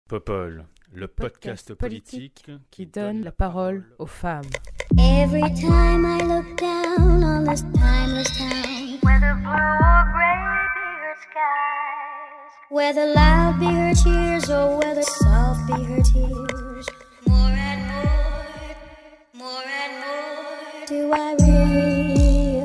Popol, le podcast politique qui donne la parole aux femmes. Every time I look down on this timeless town, whether blue or gray be her skies, whether loud be her cheers or whether soft be her tears, more and more do I realize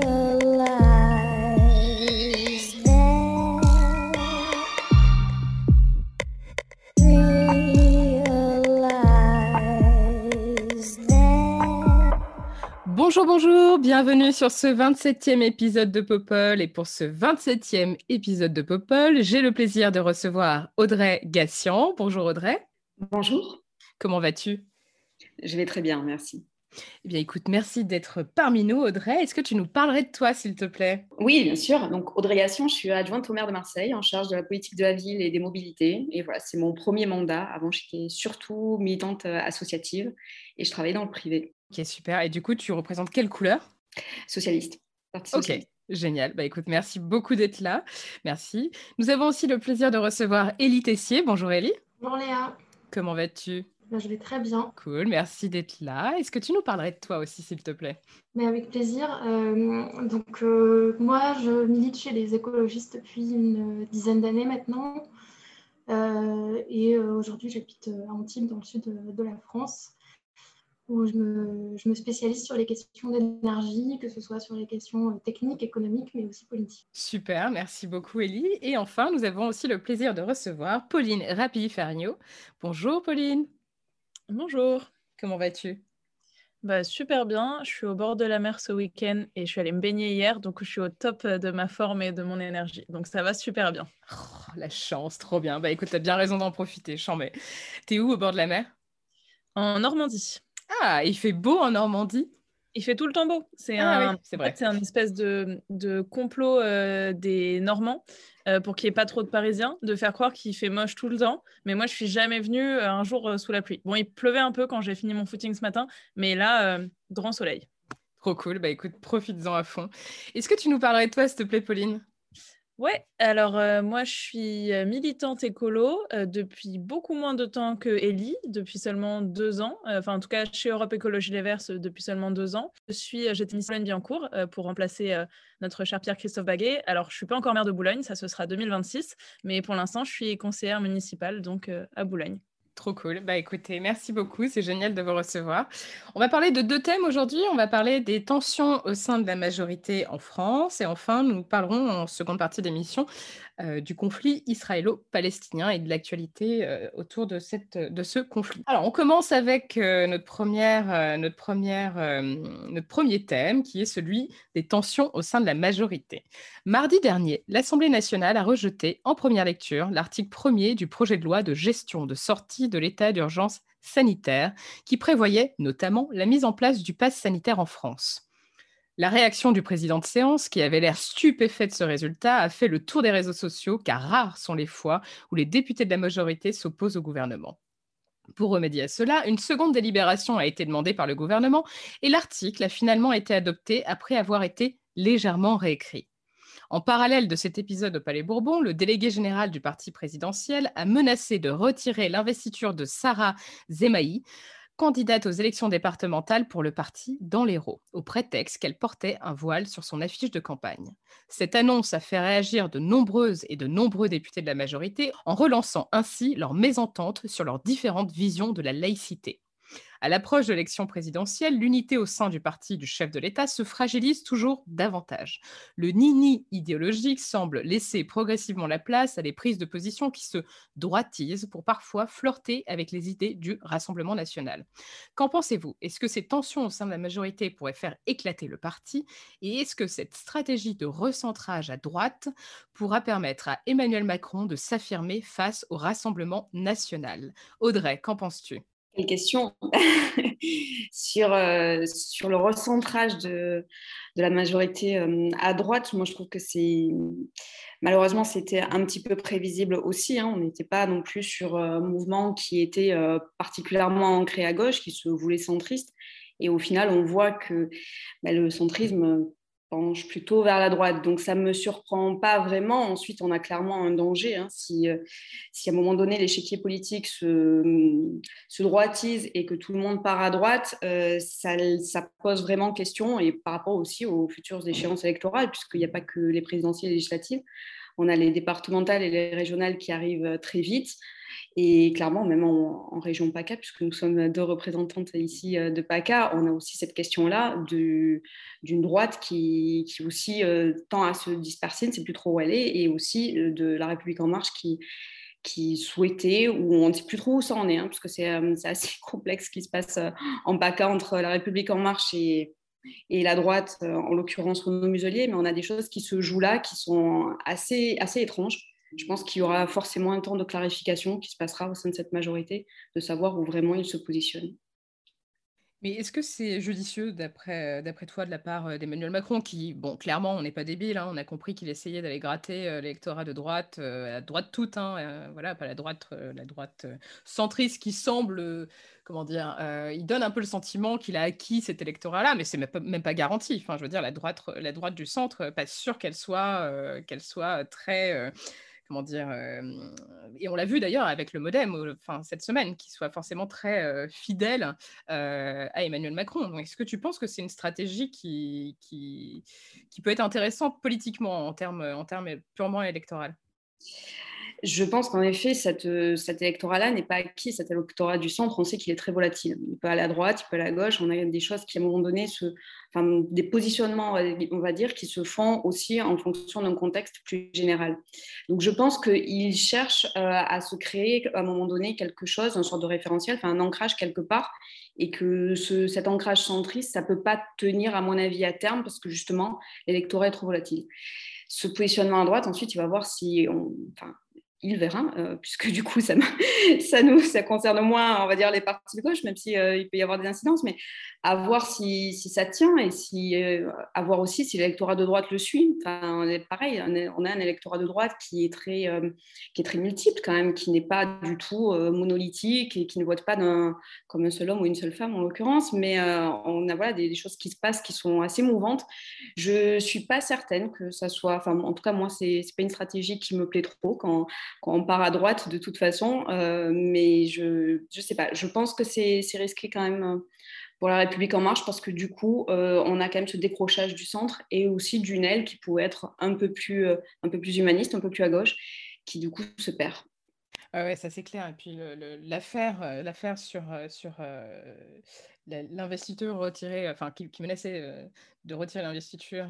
that. Bonjour, bienvenue sur ce 27e épisode de Popol. Et pour ce 27e épisode de Popol, j'ai le plaisir de recevoir Audrey Gassian. Bonjour Audrey. Bonjour. Comment vas-tu ? Je vais très bien, merci. Eh bien écoute, merci d'être parmi nous Audrey. Est-ce que tu nous parlerais de toi s'il te plaît ? Oui, bien sûr. Donc Audrey Gassian, je suis adjointe au maire de Marseille en charge de la politique de la ville et des mobilités. Et voilà, c'est mon premier mandat. Avant, j'étais surtout militante associative et je travaillais dans le privé. Ok, super. Et du coup, tu représentes quelle couleur ? Socialiste. Parti Ok, socialiste. génial. Bah écoute, merci beaucoup d'être là. Merci. Nous avons aussi le plaisir de recevoir Élie Tessier. Bonjour Élie. Bonjour Léa. Comment vas-tu ? Je vais très bien. Cool, merci d'être là. Est-ce que tu nous parlerais de toi aussi, s'il te plaît ? Mais avec plaisir. Moi, je milite chez les écologistes depuis une dizaine d'années maintenant. Aujourd'hui, j'habite à Antibes, dans le sud de la France, où je me spécialise sur les questions d'énergie, que ce soit sur les questions techniques, économiques, mais aussi politiques. Super, merci beaucoup Élie. Et enfin, nous avons aussi le plaisir de recevoir Pauline Rapilly-Ferniaud. Bonjour Pauline. Bonjour. Comment vas-tu ? Super bien, je suis au bord de la mer ce week-end et je suis allée me baigner hier, donc je suis au top de ma forme et de mon énergie. Donc ça va super bien. Oh, la chance, trop bien. Bah écoute, t'as bien raison d'en profiter, chambé. T'es où au bord de la mer ? En Normandie. Ah, il fait beau en Normandie ? Il fait tout le temps beau. C'est oui, c'est vrai. c'est un espèce de complot des Normands pour qu'il n'y ait pas trop de Parisiens, de faire croire qu'il fait moche tout le temps. Mais moi, je suis jamais venue un jour sous la pluie. Bon, il pleuvait un peu quand j'ai fini mon footing ce matin, mais là, grand soleil. Trop cool. Bah écoute, profites-en à fond. Est-ce que tu nous parlerais de toi, s'il te plaît, Pauline ? Ouais, alors moi je suis militante écolo depuis beaucoup moins de temps que Élie, depuis seulement 2 ans. En tout cas, chez Europe Écologie Les Verts depuis seulement 2 ans. J'étais Miss Boulogne Billancourt pour remplacer notre cher Pierre-Christophe Baguet. Alors, je suis pas encore maire de Boulogne, ça ce sera 2026, mais pour l'instant, je suis conseillère municipale donc à Boulogne. Trop cool. Bah écoutez, merci beaucoup, c'est génial de vous recevoir. On va parler de 2 thèmes aujourd'hui. On va parler des tensions au sein de la majorité en France et enfin, nous parlerons en seconde partie d'émission du conflit israélo-palestinien et de l'actualité autour de ce conflit. Alors, on commence avec notre premier thème qui est celui des tensions au sein de la majorité. Mardi dernier, l'Assemblée nationale a rejeté en première lecture l'article 1er du projet de loi de gestion de sortie de l'état d'urgence sanitaire qui prévoyait notamment la mise en place du pass sanitaire en France. La réaction du président de séance, qui avait l'air stupéfait de ce résultat, a fait le tour des réseaux sociaux, car rares sont les fois où les députés de la majorité s'opposent au gouvernement. Pour remédier à cela, une seconde délibération a été demandée par le gouvernement et l'article a finalement été adopté après avoir été légèrement réécrit. En parallèle de cet épisode au Palais Bourbon, le délégué général du parti présidentiel a menacé de retirer l'investiture de Sarah Zemaï, candidate aux élections départementales pour le parti dans l'Hérault, au prétexte qu'elle portait un voile sur son affiche de campagne. Cette annonce a fait réagir de nombreuses et de nombreux députés de la majorité en relançant ainsi leur mésentente sur leurs différentes visions de la laïcité. À l'approche de l'élection présidentielle, l'unité au sein du parti du chef de l'État se fragilise toujours davantage. Le ni-ni idéologique semble laisser progressivement la place à des prises de position qui se droitisent pour parfois flirter avec les idées du Rassemblement national. Qu'en pensez-vous ? Est-ce que ces tensions au sein de la majorité pourraient faire éclater le parti ? Et est-ce que cette stratégie de recentrage à droite pourra permettre à Emmanuel Macron de s'affirmer face au Rassemblement national ? Audrey, qu'en penses-tu ? Quelle question sur le recentrage de la majorité à droite. Moi, je trouve que malheureusement, c'était un petit peu prévisible aussi. On n'était pas non plus sur un mouvement qui était particulièrement ancré à gauche, qui se voulait centriste. Et au final, on voit que le centrisme, penche plutôt vers la droite. Donc, ça ne me surprend pas vraiment. Ensuite, on a clairement un danger. Si à un moment donné, l'échiquier politique se droitise et que tout le monde part à droite, ça pose vraiment question. Et par rapport aussi aux futures échéances électorales, puisqu'il n'y a pas que les présidentielles et législatives. On a les départementales et les régionales qui arrivent très vite. Et clairement, même en région PACA, puisque nous sommes 2 représentantes ici de PACA, on a aussi cette question-là d'une droite qui aussi tend à se disperser, ne sait plus trop où elle est, et aussi de la République En Marche qui souhaitait, ou on ne sait plus trop où ça en est, parce que c'est assez complexe ce qui se passe en PACA entre la République En Marche et la droite, en l'occurrence Renaud Muselier, mais on a des choses qui se jouent là qui sont assez étranges. Je pense qu'il y aura forcément un temps de clarification qui se passera au sein de cette majorité, de savoir où vraiment ils se positionnent. Mais est-ce que c'est judicieux, d'après toi, de la part d'Emmanuel Macron, qui, bon, clairement, on n'est pas débile, on a compris qu'il essayait d'aller gratter l'électorat de droite, la droite toute, voilà, pas la droite centriste qui semble, comment dire, il donne un peu le sentiment qu'il a acquis cet électorat-là, mais c'est même pas garanti. Enfin, je veux dire, la droite du centre, pas sûr qu'elle soit très... comment dire, et on l'a vu d'ailleurs avec le MoDem cette semaine, qu'il soit forcément très fidèle à Emmanuel Macron. Donc, est-ce que tu penses que c'est une stratégie qui peut être intéressante politiquement en termes purement électoraux? Je pense qu'en effet, cet électorat-là n'est pas acquis. Cet électorat du centre, on sait qu'il est très volatile. Il peut aller à droite, il peut aller à gauche. On a des choses qui, à un moment donné, des positionnements, on va dire, qui se font aussi en fonction d'un contexte plus général. Donc, je pense qu'il cherche à se créer, à un moment donné, quelque chose, une sorte de référentiel, un ancrage quelque part, et que cet ancrage centriste, ça ne peut pas tenir, à mon avis, à terme, parce que justement, l'électorat est trop volatile. Ce positionnement à droite, ensuite, il va voir si il verra, puisque du coup, ça concerne moins, on va dire, les partis de gauche, même si il peut y avoir des incidences, mais à voir si ça tient et à voir aussi si l'électorat de droite le suit. Enfin, pareil, on a un électorat de droite qui est très multiple quand même, qui n'est pas du tout monolithique et qui ne vote pas comme un seul homme ou une seule femme en l'occurrence, mais on a des choses qui se passent qui sont assez mouvantes. Je ne suis pas certaine que ça soit, en tout cas moi, c'est pas une stratégie qui me plaît trop quand on part à droite de toute façon, mais je sais pas, je pense que c'est risqué quand même pour la République En Marche parce que du coup, on a quand même ce décrochage du centre et aussi d'une aile qui pourrait être un peu plus humaniste, un peu plus à gauche, qui du coup se perd. Ouais, ça c'est clair. Et puis l'affaire sur l'investiture retirée, qui menaçait de retirer l'investiture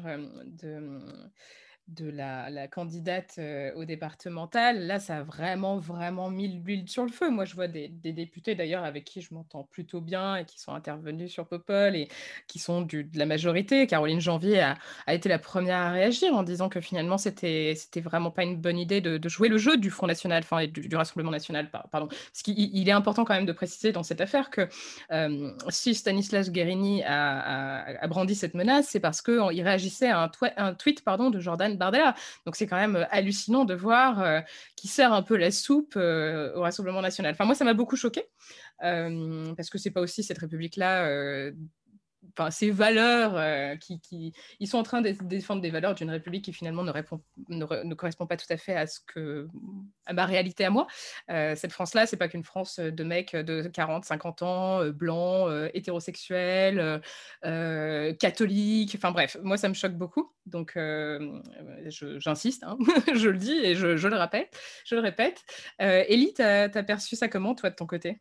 de la candidate au départemental, là, ça a vraiment, vraiment mis l'huile sur le feu. Moi, je vois des députés, d'ailleurs, avec qui je m'entends plutôt bien et qui sont intervenus sur Popol et qui sont de la majorité. Caroline Janvier a été la première à réagir en disant que finalement, c'était vraiment pas une bonne idée de jouer le jeu du Front National, et du Rassemblement National, pardon. Parce qu'il est important quand même de préciser dans cette affaire que si Stanislas Guerini a brandi cette menace, c'est parce qu'il réagissait à un tweet de Jordan Bardella. Donc c'est quand même hallucinant de voir qui sert un peu la soupe au Rassemblement National. Enfin, moi, ça m'a beaucoup choquée parce que c'est pas aussi cette République-là... ces valeurs ils sont en train de défendre des valeurs d'une république qui finalement ne correspond pas tout à fait à ma réalité à moi. Cette France-là, c'est pas qu'une France de mecs de 40, 50 ans, blancs, hétérosexuels, catholiques, enfin bref, moi ça me choque beaucoup, donc j'insiste, je le dis et je le répète. Élie, t'as perçu ça comment, toi, de ton côté?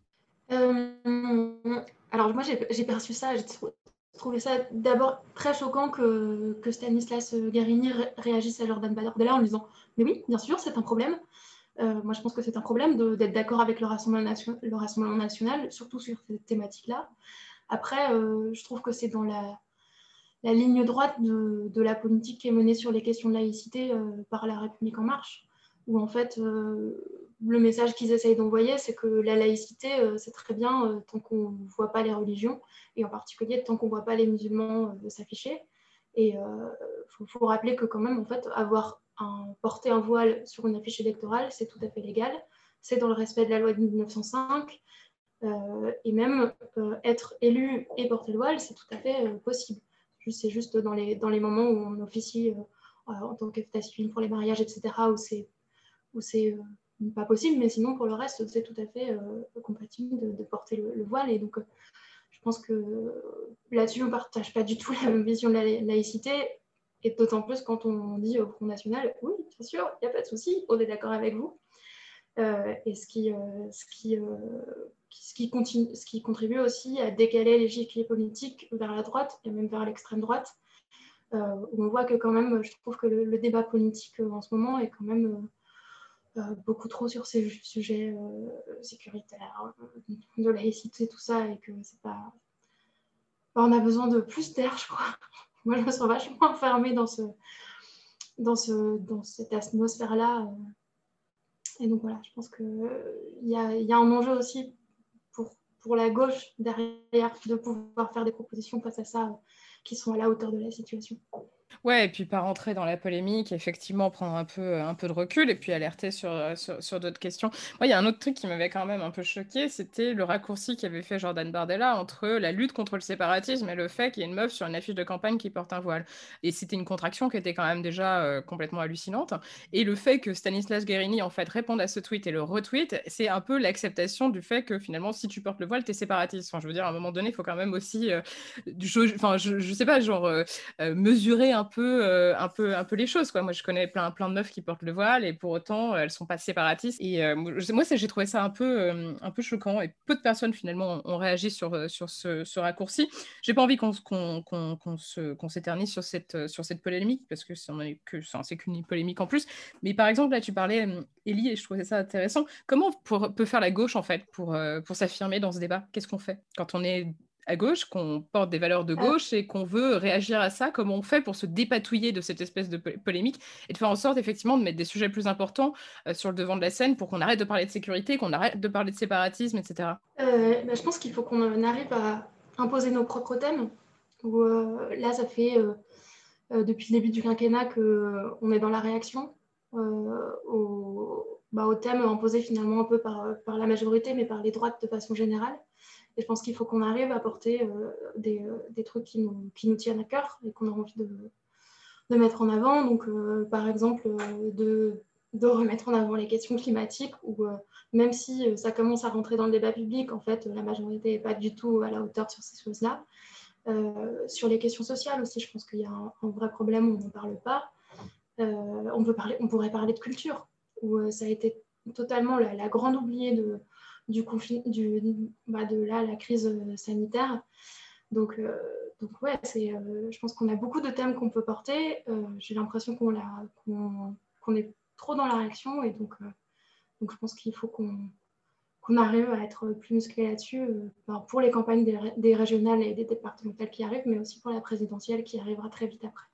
Alors moi j'ai perçu ça, j'ai trouvé ça d'abord très choquant que Stanislas Guerini réagisse à Jordan Bardella en disant « Mais oui, bien sûr, c'est un problème. Moi, je pense que c'est un problème d'être d'accord avec le Rassemblement national, surtout sur cette thématique-là. Après, je trouve que c'est dans la ligne droite de la politique qui est menée sur les questions de laïcité par la République En Marche, où en fait, le message qu'ils essayent d'envoyer, c'est que la laïcité, c'est très bien tant qu'on ne voit pas les religions, et en particulier tant qu'on ne voit pas les musulmans s'afficher. Et il faut rappeler que quand même, en fait, porter un voile sur une affiche électorale, c'est tout à fait légal. C'est dans le respect de la loi de 1905. Et même être élu et porter le voile, c'est tout à fait possible. C'est juste dans les moments où on officie en tant qu'état civil pour les mariages, etc., où c'est pas possible, mais sinon pour le reste, c'est tout à fait compatible de porter le voile. Et donc, je pense que là-dessus, on ne partage pas du tout la même vision de la laïcité, et d'autant plus quand on dit au Front National, oui, bien sûr, il n'y a pas de souci, on est d'accord avec vous. Et ce qui contribue aussi à décaler l'échiquier politique vers la droite et même vers l'extrême droite, où on voit que quand même, je trouve que le débat politique en ce moment est quand même beaucoup trop sur ces sujets sécuritaires, de laïcité, tout ça, et que c'est pas... on a besoin de plus d'air, je crois. Moi, je me sens vachement enfermée dans cette atmosphère-là. Et donc voilà, je pense qu'il y a un enjeu aussi pour la gauche derrière, de pouvoir faire des propositions face à ça qui sont à la hauteur de la situation. Ouais, et puis pas rentrer dans la polémique, effectivement prendre un peu de recul et puis alerter sur d'autres questions. Moi, il y a un autre truc qui m'avait quand même un peu choqué, c'était le raccourci qu'avait fait Jordan Bardella entre la lutte contre le séparatisme et le fait qu'il y ait une meuf sur une affiche de campagne qui porte un voile. Et c'était une contraction qui était quand même déjà complètement hallucinante. Et le fait que Stanislas Guerini, en fait, réponde à ce tweet et le retweet, c'est un peu l'acceptation du fait que finalement, si tu portes le voile, t'es séparatiste. Enfin, je veux dire, à un moment donné, il faut quand même aussi, je sais pas, genre mesurer un peu les choses, quoi. Moi, je connais plein de meufs qui portent le voile et pour autant, elles sont pas séparatistes. Et moi, j'ai trouvé ça un peu choquant et peu de personnes finalement ont réagi sur ce raccourci. J'ai pas envie qu'on s'éternise sur cette polémique parce que c'est qu'une polémique en plus. Mais par exemple, là, tu parlais, Élie, et je trouvais ça intéressant. Comment peut faire la gauche en fait pour s'affirmer dans ce débat? Qu'est-ce qu'on fait quand on est à gauche, qu'on porte des valeurs de gauche et qu'on veut réagir à ça? Comment on fait pour se dépatouiller de cette espèce de polémique et de faire en sorte effectivement de mettre des sujets plus importants sur le devant de la scène pour qu'on arrête de parler de sécurité, qu'on arrête de parler de séparatisme, etc. Je pense qu'il faut qu'on arrive à imposer nos propres thèmes. Où, là, ça fait depuis le début du quinquennat qu'on est dans la réaction au thème imposé finalement un peu par la majorité, mais par les droites de façon générale. Et je pense qu'il faut qu'on arrive à porter des trucs qui nous tiennent à cœur et qu'on a envie de mettre en avant. Donc, par exemple, de remettre en avant les questions climatiques, où même si ça commence à rentrer dans le débat public, en fait, la majorité n'est pas du tout à la hauteur sur ces choses-là. Sur les questions sociales aussi, je pense qu'il y a un vrai problème où on n'en parle pas. On pourrait parler de culture, où ça a été totalement la grande oubliée du conflit, de la crise sanitaire. Donc ouais, je pense qu'on a beaucoup de thèmes qu'on peut porter. J'ai l'impression qu'on est trop dans la réaction, et donc je pense qu'il faut qu'on arrive à être plus musclé là-dessus pour les campagnes des régionales et des départementales qui arrivent, mais aussi pour la présidentielle qui arrivera très vite après.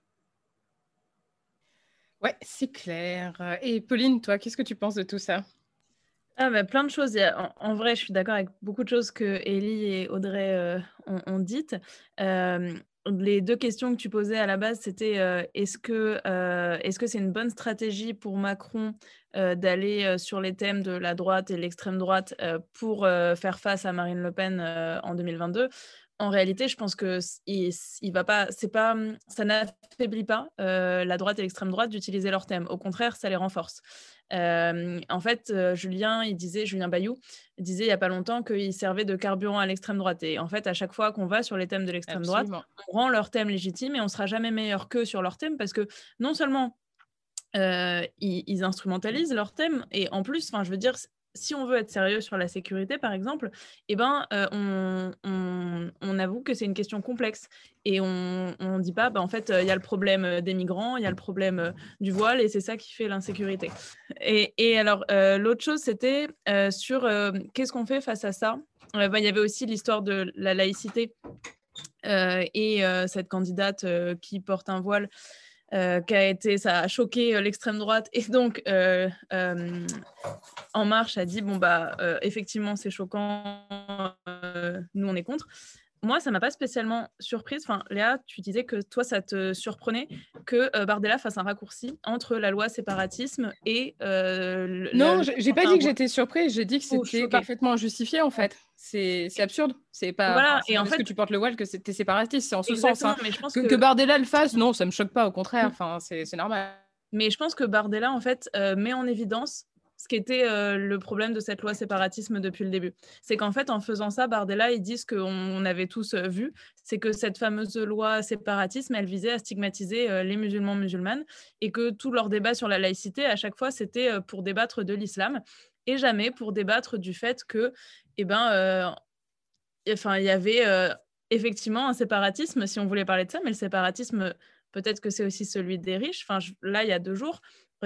Ouais, c'est clair. Et Pauline, toi, qu'est-ce que tu penses de tout ça? Plein de choses. En vrai, je suis d'accord avec beaucoup de choses que Élie et Audrey ont dites. Les deux questions que tu posais à la base, c'était est-ce que c'est une bonne stratégie pour Macron d'aller sur les thèmes de la droite et l'extrême droite pour faire face à Marine Le Pen en 2022? En réalité, je pense que il va pas, ça n'affaiblit pas la droite et l'extrême droite d'utiliser leurs thèmes. Au contraire, ça les renforce. En fait, Julien Bayou disait il n'y a pas longtemps qu'il servait de carburant à l'extrême droite. Et en fait, à chaque fois qu'on va sur les thèmes de l'extrême droite, on rend leurs thèmes légitimes et on ne sera jamais meilleur qu'eux sur leurs thèmes, parce que non seulement ils instrumentalisent leurs thèmes, et en plus, je veux dire, si on veut être sérieux sur la sécurité, par exemple, on avoue que c'est une question complexe. Et on ne dit pas, en fait, il y a le problème des migrants, il y a le problème du voile, et c'est ça qui fait l'insécurité. Et alors, l'autre chose, c'était sur qu'est-ce qu'on fait face à ça. Il y avait aussi l'histoire de la laïcité et cette candidate qui porte un voile. Ça a choqué l'extrême droite, et donc En Marche a dit effectivement c'est choquant, nous on est contre. Moi, ça m'a pas spécialement surprise. Léa, tu disais que toi, ça te surprenait que Bardella fasse un raccourci entre la loi séparatisme et Non, j'ai pas dit que j'étais surprise, j'ai dit que c'était choquée. parfaitement justifié en fait. C'est absurde. C'est pas Voilà, et en fait que tu portes le voile que t'es séparatiste, c'est en ce sens. Hein. Mais je pense que Bardella le fasse, non, ça me choque pas, au contraire. Enfin, c'est normal. Mais je pense que Bardella en fait met en évidence ce qui était le problème de cette loi séparatisme depuis le début. C'est qu'en fait, en faisant ça, Bardella, ils disent qu'on avait tous vu, c'est que cette fameuse loi séparatisme, elle visait à stigmatiser les musulmanes et que tout leur débat sur la laïcité, à chaque fois, c'était pour débattre de l'islam et jamais pour débattre du fait que, il y avait effectivement un séparatisme, si on voulait parler de ça, mais le séparatisme, peut-être que c'est aussi celui des riches. Là, il y a 2 jours,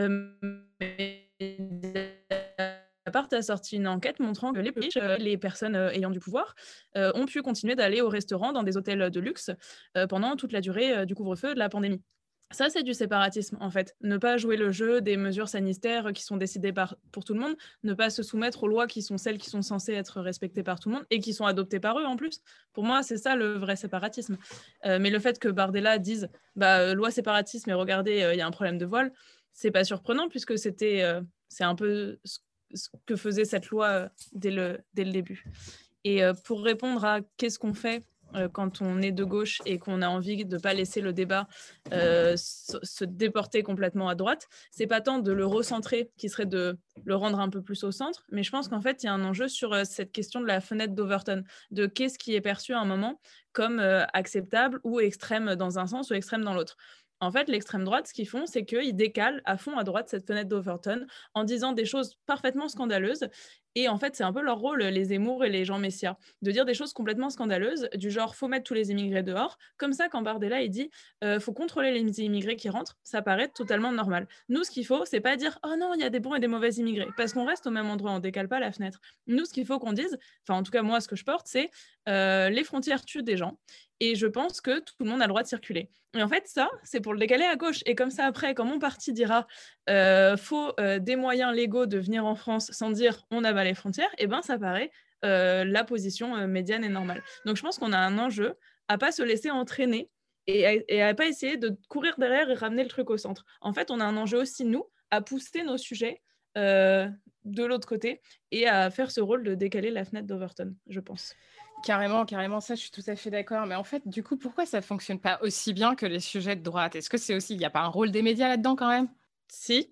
Mediapart a sorti une enquête montrant que les plus riches, les personnes ayant du pouvoir, ont pu continuer d'aller au restaurant dans des hôtels de luxe pendant toute la durée du couvre-feu de la pandémie. Ça, c'est du séparatisme, en fait. Ne pas jouer le jeu des mesures sanitaires qui sont décidées pour tout le monde, ne pas se soumettre aux lois qui sont celles qui sont censées être respectées par tout le monde et qui sont adoptées par eux, en plus. Pour moi, c'est ça le vrai séparatisme. Mais le fait que Bardella dise loi séparatisme et regardez, il y a un problème de voile, c'est pas surprenant puisque c'est un peu ce que faisait cette loi dès le début. Et pour répondre à qu'est-ce qu'on fait quand on est de gauche et qu'on a envie de ne pas laisser le débat se déporter complètement à droite, c'est pas tant de le recentrer qui serait de le rendre un peu plus au centre, mais je pense qu'en fait, il y a un enjeu sur cette question de la fenêtre d'Overton, de qu'est-ce qui est perçu à un moment comme acceptable ou extrême dans un sens ou extrême dans l'autre. En fait, l'extrême droite, ce qu'ils font, c'est qu'ils décalent à fond à droite cette fenêtre d'Overton en disant des choses parfaitement scandaleuses. Et en fait, c'est un peu leur rôle, les Zemmour et les Jean Messia, de dire des choses complètement scandaleuses, du genre « faut mettre tous les immigrés dehors ». Comme ça, quand Bardella, il dit « faut contrôler les immigrés qui rentrent », ça paraît totalement normal. Nous, ce qu'il faut, c'est pas dire « oh non, il y a des bons et des mauvais immigrés », parce qu'on reste au même endroit, on décale pas la fenêtre. Nous, ce qu'il faut qu'on dise, enfin en tout cas moi, ce que je porte, c'est les frontières tuent des gens. Et je pense que tout le monde a le droit de circuler. Et en fait, ça, c'est pour le décaler à gauche. Et comme ça, après, quand mon parti dira faut des moyens légaux de venir en France sans dire on abat les frontières, et ben ça paraît la position médiane et normale. Donc je pense qu'on a un enjeu à pas se laisser entraîner et à pas essayer de courir derrière et ramener le truc au centre. En fait, on a un enjeu aussi, nous, à pousser nos sujets de l'autre côté et à faire ce rôle de décaler la fenêtre d'Overton, je pense. Carrément, ça, je suis tout à fait d'accord. Mais en fait, du coup, pourquoi ça ne fonctionne pas aussi bien que les sujets de droite? Est-ce que c'est aussi, il n'y a pas un rôle des médias là-dedans quand même? Si.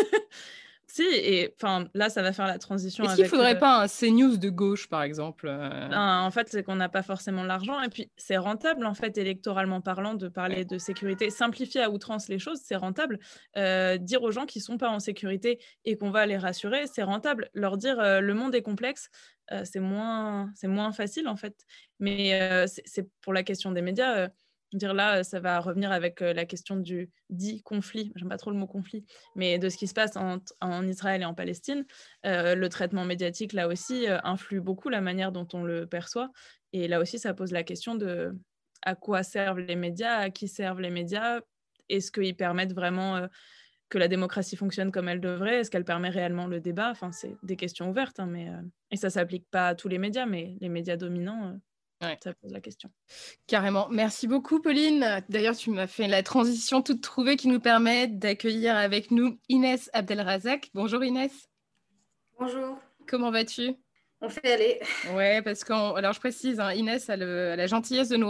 Si, et enfin là, ça va faire la transition. Est-ce qu'il ne faudrait pas un CNews de gauche, par exemple? En fait, c'est qu'on n'a pas forcément l'argent. Et puis, c'est rentable, en fait, électoralement parlant, de parler de sécurité. Simplifier à outrance les choses, c'est rentable. Dire aux gens qui ne sont pas en sécurité et qu'on va les rassurer, c'est rentable. Leur dire le monde est complexe, c'est moins facile, en fait. Mais c'est pour la question des médias. Dire là, ça va revenir avec la question du dit conflit, j'aime pas trop le mot conflit, mais de ce qui se passe en Israël et en Palestine. Le traitement médiatique, là aussi, influe beaucoup la manière dont on le perçoit. Et là aussi, ça pose la question de à quoi servent les médias, à qui servent les médias, est-ce qu'ils permettent vraiment que la démocratie fonctionne comme elle devrait, est-ce qu'elle permet réellement le débat? Enfin, c'est des questions ouvertes, hein, et ça s'applique pas à tous les médias, mais les médias dominants... Ouais. Ça pose la question. Carrément. Merci beaucoup, Pauline. D'ailleurs, tu m'as fait la transition toute trouvée qui nous permet d'accueillir avec nous Inès Abdelrazak. Bonjour Inès. Bonjour. Comment vas-tu? On fait aller. Ouais, parce alors je précise, hein, Inès a la gentillesse de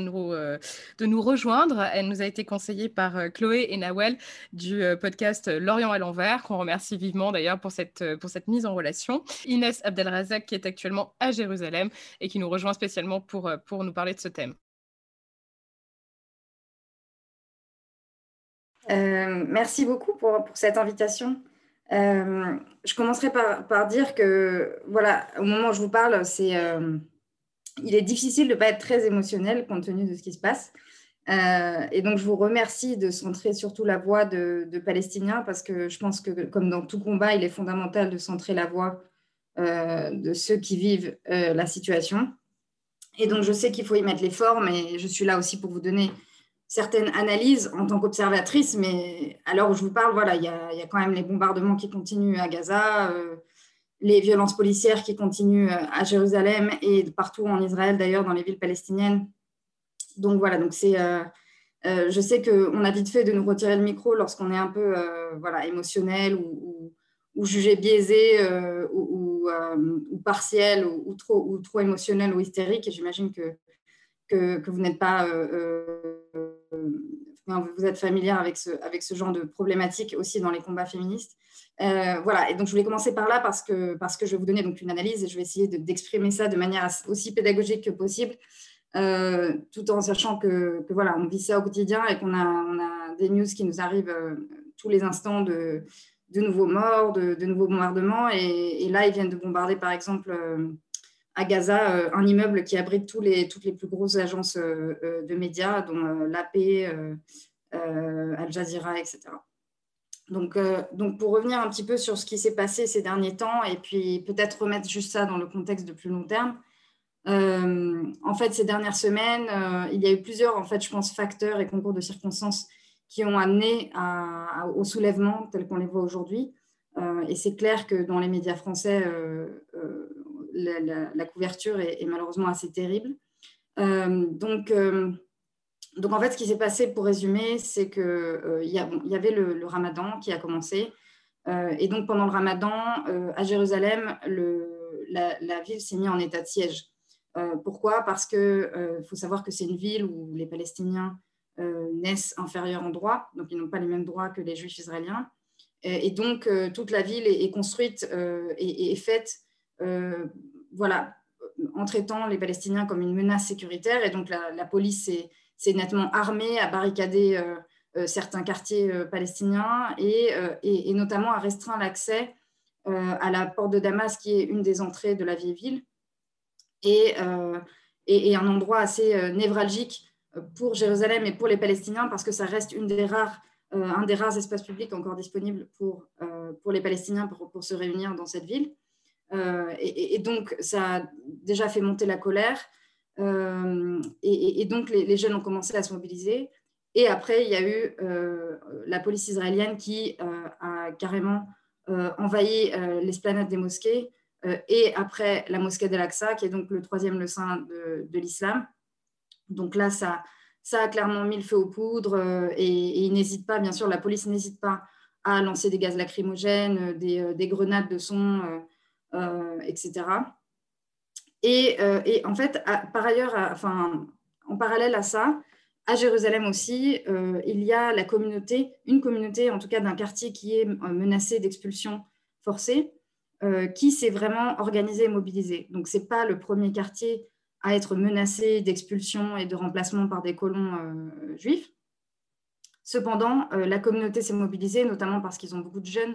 nous rejoindre. Elle nous a été conseillée par Chloé et Nawel du podcast L'Orient à l'envers, qu'on remercie vivement d'ailleurs pour cette mise en relation. Inès Abdelrazak qui est actuellement à Jérusalem et qui nous rejoint spécialement pour nous parler de ce thème. Merci beaucoup pour cette invitation. Je commencerai par dire que, voilà, au moment où je vous parle, il est difficile de ne pas être très émotionnel compte tenu de ce qui se passe. Et donc, je vous remercie de centrer surtout la voix de Palestiniens parce que je pense que, comme dans tout combat, il est fondamental de centrer la voix de ceux qui vivent la situation. Et donc, je sais qu'il faut y mettre l'effort, mais je suis là aussi pour vous donner certaines analyses en tant qu'observatrice, mais à l'heure où je vous parle, voilà, il y a quand même les bombardements qui continuent à Gaza, les violences policières qui continuent à Jérusalem et partout en Israël, d'ailleurs, dans les villes palestiniennes. Donc voilà, donc c'est Je sais qu'on a vite fait de nous retirer le micro lorsqu'on est un peu émotionnel ou jugé biaisé ou partiel ou trop émotionnel ou hystérique. Et j'imagine que vous n'êtes pas... vous êtes familière avec ce genre de problématique aussi dans les combats féministes. Et donc je voulais commencer par là parce que je vais vous donner donc une analyse et je vais essayer d'exprimer ça de manière aussi pédagogique que possible. Tout en sachant que on vit ça au quotidien et qu'on a des news qui nous arrivent tous les instants de nouveaux morts, de nouveaux bombardements. Et là, ils viennent de bombarder, par exemple, à Gaza, un immeuble qui abrite toutes les plus grosses agences de médias, dont l'AP, Al Jazeera, etc. Donc, pour revenir un petit peu sur ce qui s'est passé ces derniers temps et puis peut-être remettre juste ça dans le contexte de plus long terme, en fait, ces dernières semaines, il y a eu plusieurs, je pense, facteurs et concours de circonstances qui ont amené au soulèvement tel qu'on les voit aujourd'hui. Et c'est clair que dans les médias français, la couverture est malheureusement assez terrible. Donc, en fait, ce qui s'est passé, pour résumer, c'est qu'il y avait le Ramadan qui a commencé. Et donc, pendant le Ramadan, à Jérusalem, la ville s'est mise en état de siège. Pourquoi ? Parce qu'il faut savoir que c'est une ville où les Palestiniens naissent inférieurs en droit, donc ils n'ont pas les mêmes droits que les Juifs israéliens. Et donc, toute la ville est construite et est faite en traitant les Palestiniens comme une menace sécuritaire. Et donc, la police s'est nettement armée à barricader certains quartiers palestiniens et notamment à restreindre l'accès à la porte de Damas, qui est une des entrées de la vieille ville. Et un endroit assez névralgique pour Jérusalem et pour les Palestiniens, parce que ça reste un des rares espaces publics encore disponibles pour les Palestiniens pour se réunir dans cette ville. Et donc, ça a déjà fait monter la colère. Et donc, les jeunes ont commencé à se mobiliser. Et après, il y a eu la police israélienne qui a carrément envahi l'esplanade des mosquées. Et après la mosquée d'Al-Aqsa, qui est donc le troisième saint de l'islam. Donc là, ça a clairement mis le feu aux poudres et il n'hésite pas, bien sûr, la police n'hésite pas à lancer des gaz lacrymogènes, des grenades de son, etc. Et en fait, par ailleurs, en parallèle à ça, à Jérusalem aussi, il y a une communauté, en tout cas d'un quartier qui est menacé d'expulsion forcée, qui s'est vraiment organisé et mobilisé. Donc, ce n'est pas le premier quartier à être menacé d'expulsion et de remplacement par des colons juifs. Cependant, la communauté s'est mobilisée, notamment parce qu'ils ont beaucoup de jeunes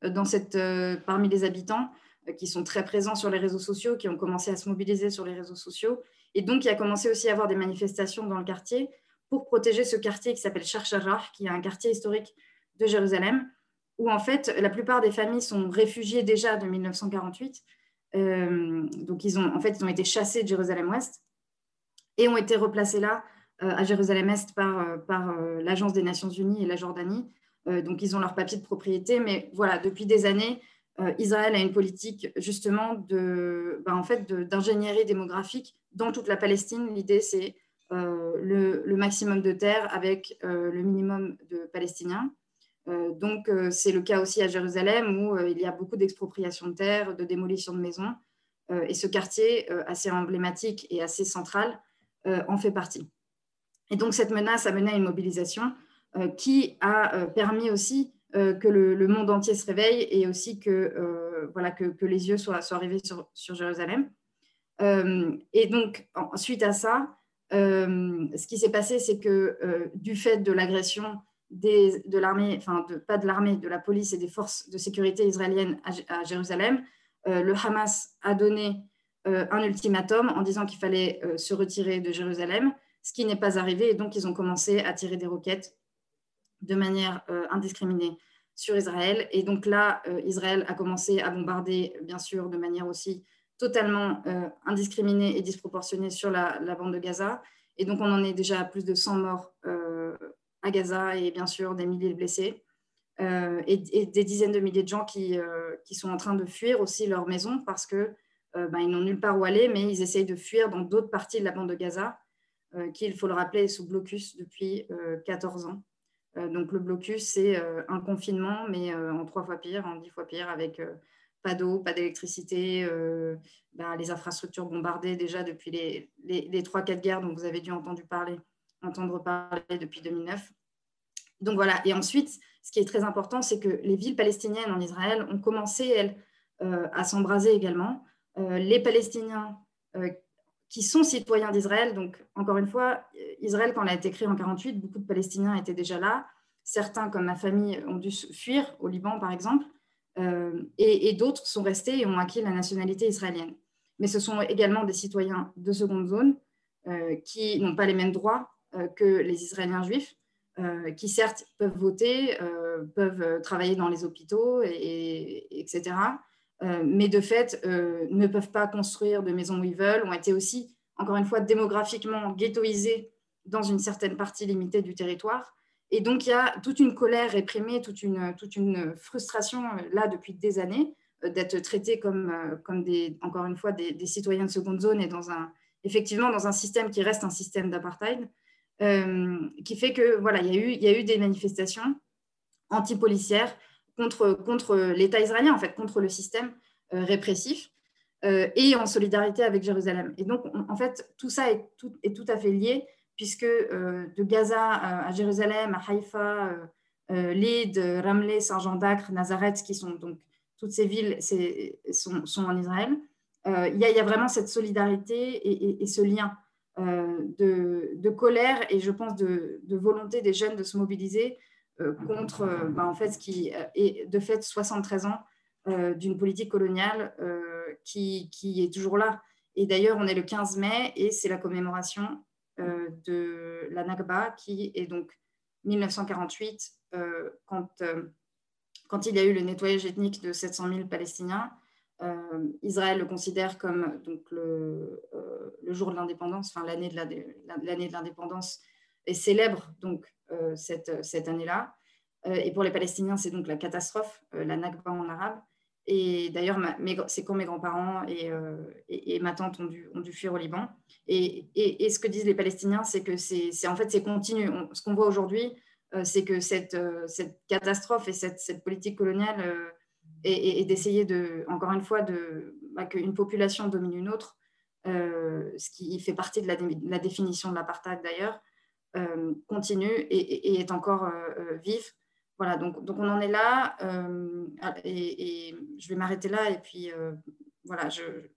parmi les habitants qui sont très présents sur les réseaux sociaux, qui ont commencé à se mobiliser sur les réseaux sociaux. Et donc, il a commencé aussi à avoir des manifestations dans le quartier pour protéger ce quartier qui s'appelle Shar Sharrah, qui est un quartier historique de Jérusalem, où en fait, la plupart des familles sont réfugiées déjà de 1948. Donc, ils ont été chassés de Jérusalem-Ouest et ont été replacés là, à Jérusalem-Est, par l'Agence des Nations Unies et la Jordanie. Donc, ils ont leur papier de propriété. Mais voilà, depuis des années, Israël a une politique justement d'ingénierie démographique dans toute la Palestine. L'idée, c'est le maximum de terre avec le minimum de Palestiniens. Donc, c'est le cas aussi à Jérusalem où il y a beaucoup d'expropriation de terre, de démolition de maisons. Et ce quartier, assez emblématique et assez central, en fait partie. Et donc, cette menace a mené à une mobilisation qui a permis aussi que le monde entier se réveille et aussi que les yeux soient arrivés sur Jérusalem. Et donc, suite à ça, ce qui s'est passé, c'est que du fait de l'agression de l'armée, pas de l'armée, de la police et des forces de sécurité israéliennes à Jérusalem, le Hamas a donné un ultimatum en disant qu'il fallait se retirer de Jérusalem, ce qui n'est pas arrivé, et donc ils ont commencé à tirer des roquettes de manière indiscriminée sur Israël. Et donc là, Israël a commencé à bombarder, bien sûr, de manière aussi totalement indiscriminée et disproportionnée sur la bande de Gaza. Et donc, on en est déjà à plus de 100 morts à Gaza et bien sûr des milliers de blessés et des dizaines de milliers de gens qui sont en train de fuir aussi leur maison parce qu'ils n'ont nulle part où aller, mais ils essayent de fuir dans d'autres parties de la bande de Gaza qui, il faut le rappeler, est sous blocus depuis 14 ans. Donc le blocus, c'est un confinement, mais en 3 fois pire, en 10 fois pire, avec pas d'eau, pas d'électricité, les infrastructures bombardées déjà depuis les 3-4 guerres dont vous avez dû entendre parler depuis 2009. Donc voilà, et ensuite, ce qui est très important, c'est que les villes palestiniennes en Israël ont commencé, elles, à s'embraser également. Les Palestiniens qui sont citoyens d'Israël, donc encore une fois, Israël, quand elle a été créée en 1948, beaucoup de Palestiniens étaient déjà là. Certains, comme ma famille, ont dû fuir au Liban, par exemple, et d'autres sont restés et ont acquis la nationalité israélienne. Mais ce sont également des citoyens de seconde zone qui n'ont pas les mêmes droits que les Israéliens juifs, qui certes peuvent voter, peuvent travailler dans les hôpitaux, etc., mais de fait ne peuvent pas construire de maisons où ils veulent, ont été aussi, encore une fois, démographiquement ghettoisés dans une certaine partie limitée du territoire. Et donc, il y a toute une colère réprimée, toute une frustration là depuis des années d'être traités comme encore une fois, des citoyens de seconde zone et effectivement dans un système qui reste un système d'apartheid, qui fait que voilà, il y a eu des manifestations anti-policières contre l'État israélien, en fait, contre le système répressif, et en solidarité avec Jérusalem. Et donc, en fait, tout ça est tout à fait lié, puisque de Gaza à Jérusalem, à Haïfa, Lyd, Ramleh, Saint-Jean d'Acre, Nazareth, qui sont donc toutes ces villes sont en Israël, il y a vraiment cette solidarité et ce lien de colère et je pense de volonté des jeunes de se mobiliser contre en fait, ce qui est de fait 73 ans d'une politique coloniale qui est toujours là. Et d'ailleurs, on est le 15 mai et c'est la commémoration de la Nakba qui est donc 1948 quand il y a eu le nettoyage ethnique de 700 000 Palestiniens. Israël le considère comme donc, le jour de l'indépendance, enfin l'année de l'indépendance, et célèbre donc cette année-là. Et pour les Palestiniens, c'est donc la catastrophe, la Nakba en arabe. Et d'ailleurs, c'est quand mes grands-parents et ma tante ont dû fuir au Liban. Et ce que disent les Palestiniens, c'est que c'est en fait, c'est continu. Ce qu'on voit aujourd'hui, c'est que cette catastrophe et cette politique coloniale et d'essayer encore une fois qu'une population domine une autre, ce qui fait partie de la définition de l'apartheid d'ailleurs, continue et est encore vif. Voilà, donc on en est là, et je vais m'arrêter là, et puis voilà,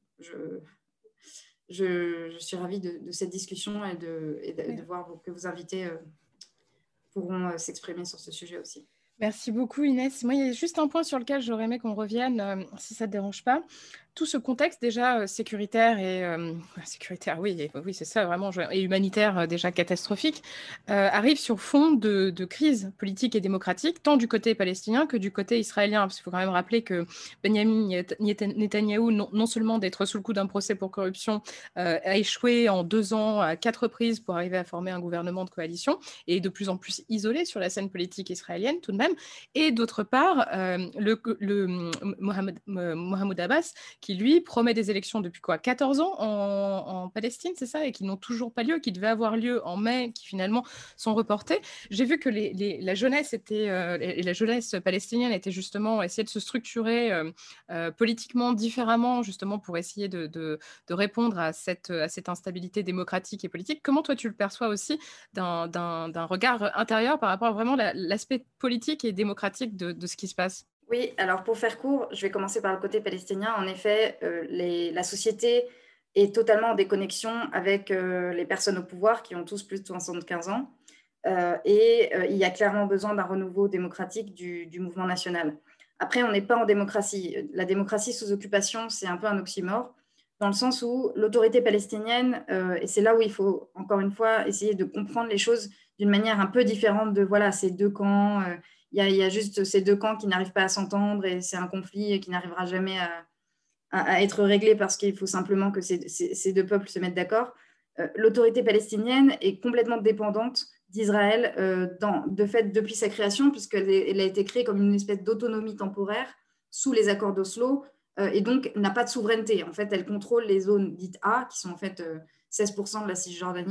je suis ravie de cette discussion et de voir que vos invités pourront s'exprimer sur ce sujet aussi. Merci beaucoup Inès. Moi, il y a juste un point sur lequel j'aurais aimé qu'on revienne, si ça ne te dérange pas. Tout ce contexte déjà sécuritaire sécuritaire, oui, c'est ça vraiment, et humanitaire déjà catastrophique, arrive sur fond de crise politique et démocratique, tant du côté palestinien que du côté israélien. Parce qu'il faut quand même rappeler que Benyamin Netanyahou, non seulement d'être sous le coup d'un procès pour corruption, a échoué en 2 ans à 4 reprises pour arriver à former un gouvernement de coalition, et est de plus en plus isolé sur la scène politique israélienne tout de même. Et d'autre part, Mohamed Abbas, qui lui promet des élections depuis 14 ans en Palestine, c'est ça, et qui n'ont toujours pas lieu, qui devaient avoir lieu en mai, qui finalement sont reportés. J'ai vu que la jeunesse la jeunesse palestinienne était justement essayer de se structurer politiquement différemment, justement pour essayer de répondre à cette instabilité démocratique et politique. Comment toi tu le perçois aussi d'un regard intérieur par rapport à vraiment l'aspect politique et démocratique de ce qui se passe? Oui, alors pour faire court, je vais commencer par le côté palestinien. En effet, la société est totalement en déconnexion avec les personnes au pouvoir qui ont tous plus de 75 ans. Il y a clairement besoin d'un renouveau démocratique du mouvement national. Après, on n'est pas en démocratie. La démocratie sous occupation, c'est un peu un oxymore, dans le sens où l'autorité palestinienne, et c'est là où il faut encore une fois essayer de comprendre les choses d'une manière un peu différente de voilà, ces 2 camps. Il y a juste ces 2 camps qui n'arrivent pas à s'entendre et c'est un conflit qui n'arrivera jamais à être réglé parce qu'il faut simplement que ces 2 peuples se mettent d'accord. L'autorité palestinienne est complètement dépendante d'Israël de fait depuis sa création, puisqu'elle a été créée comme une espèce d'autonomie temporaire sous les accords d'Oslo et donc n'a pas de souveraineté. En fait, elle contrôle les zones dites A, qui sont en fait 16% de la Cisjordanie,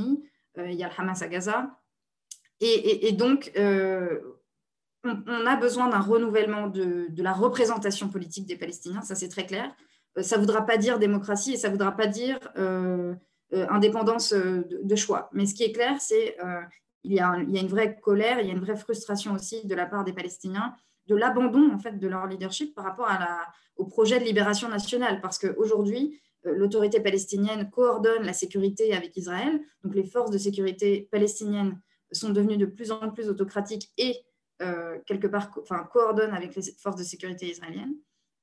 il y a le Hamas à Gaza. Et donc, on a besoin d'un renouvellement de la représentation politique des Palestiniens, ça c'est très clair. Ça ne voudra pas dire démocratie et ça ne voudra pas dire indépendance de choix. Mais ce qui est clair, c'est qu'il y a une vraie colère, il y a une vraie frustration aussi de la part des Palestiniens, de l'abandon en fait, de leur leadership par rapport au projet de libération nationale. Parce qu'aujourd'hui, l'autorité palestinienne coordonne la sécurité avec Israël. Donc les forces de sécurité palestiniennes sont devenues de plus en plus autocratiques et quelque part coordonnent avec les forces de sécurité israéliennes.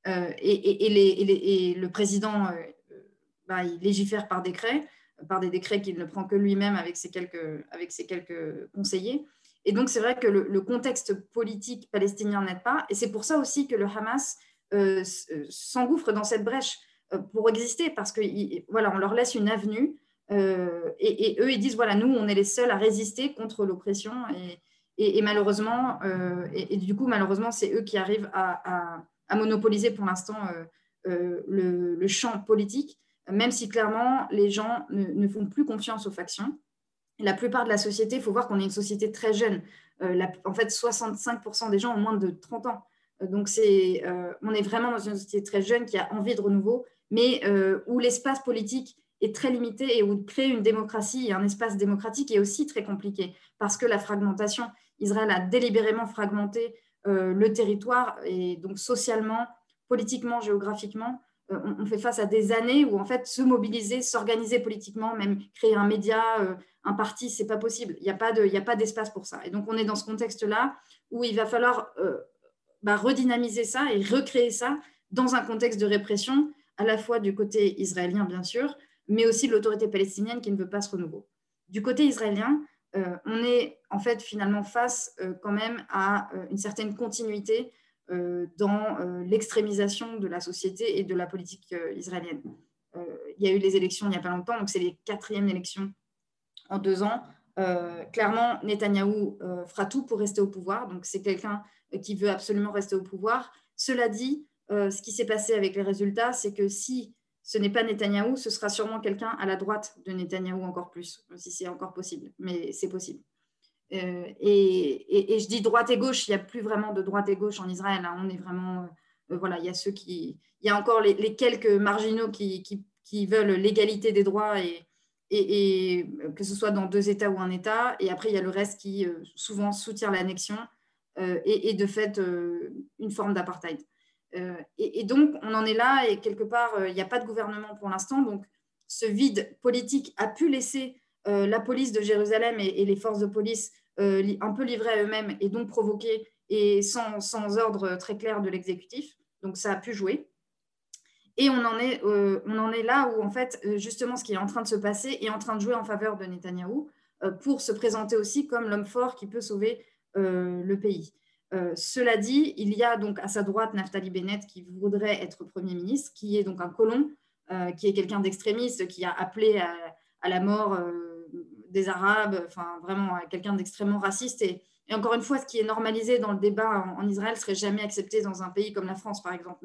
Et le président, il légifère par des décrets qu'il ne prend que lui-même avec ses quelques conseillers. Et donc, c'est vrai que le contexte politique palestinien n'aide pas. Et c'est pour ça aussi que le Hamas s'engouffre dans cette brèche pour exister, parce qu'on leur laisse une avenue. Et eux, ils disent, voilà, nous, on est les seuls à résister contre l'oppression. Et malheureusement, du coup, malheureusement, c'est eux qui arrivent à monopoliser pour l'instant le champ politique, même si clairement, les gens ne font plus confiance aux factions. La plupart de la société, il faut voir qu'on est une société très jeune. En fait, 65% des gens ont moins de 30 ans. Donc, on est vraiment dans une société très jeune qui a envie de renouveau, mais où l'espace politique est très limité et où créer une démocratie et un espace démocratique est aussi très compliqué parce que la fragmentation, Israël a délibérément fragmenté le territoire et donc socialement, politiquement, géographiquement, on fait face à des années où en fait se mobiliser, s'organiser politiquement, même créer un média, un parti, c'est pas possible. Il n'y a pas d'espace pour ça. Et donc on est dans ce contexte-là où il va falloir redynamiser ça et recréer ça dans un contexte de répression, à la fois du côté israélien bien sûr, mais aussi de l'autorité palestinienne qui ne veut pas ce renouveau. Du côté israélien, on est en fait finalement face quand même à une certaine continuité dans l'extrémisation de la société et de la politique israélienne. Il y a eu les élections il n'y a pas longtemps, donc c'est les 4e élections en 2 ans. Clairement, Netanyahou fera tout pour rester au pouvoir, donc c'est quelqu'un qui veut absolument rester au pouvoir. Cela dit, ce qui s'est passé avec les résultats, c'est que si ce n'est pas Netanyahou, ce sera sûrement quelqu'un à la droite de Netanyahou encore plus, si c'est encore possible, mais c'est possible. Et je dis droite et gauche, il n'y a plus vraiment de droite et gauche en Israël. Hein. On est vraiment, il y a il y a encore les quelques marginaux qui veulent l'égalité des droits et que ce soit dans 2 États ou un État. Et après, il y a le reste qui souvent soutient l'annexion et de fait une forme d'apartheid. Et donc, on en est là et quelque part, il n'y a pas de gouvernement pour l'instant. Donc, ce vide politique a pu laisser la police de Jérusalem et les forces de police un peu livrées à eux-mêmes et donc provoquer et sans ordre très clair de l'exécutif. Donc, ça a pu jouer. Et on en est là où, en fait, justement, ce qui est en train de se passer est en train de jouer en faveur de Netanyahou pour se présenter aussi comme l'homme fort qui peut sauver le pays. Cela dit, il y a donc à sa droite Naftali Bennett qui voudrait être Premier ministre, qui est donc un colon, qui est quelqu'un d'extrémiste, qui a appelé à la mort des Arabes, enfin vraiment quelqu'un d'extrêmement raciste. Et encore une fois, ce qui est normalisé dans le débat en Israël serait jamais accepté dans un pays comme la France, par exemple.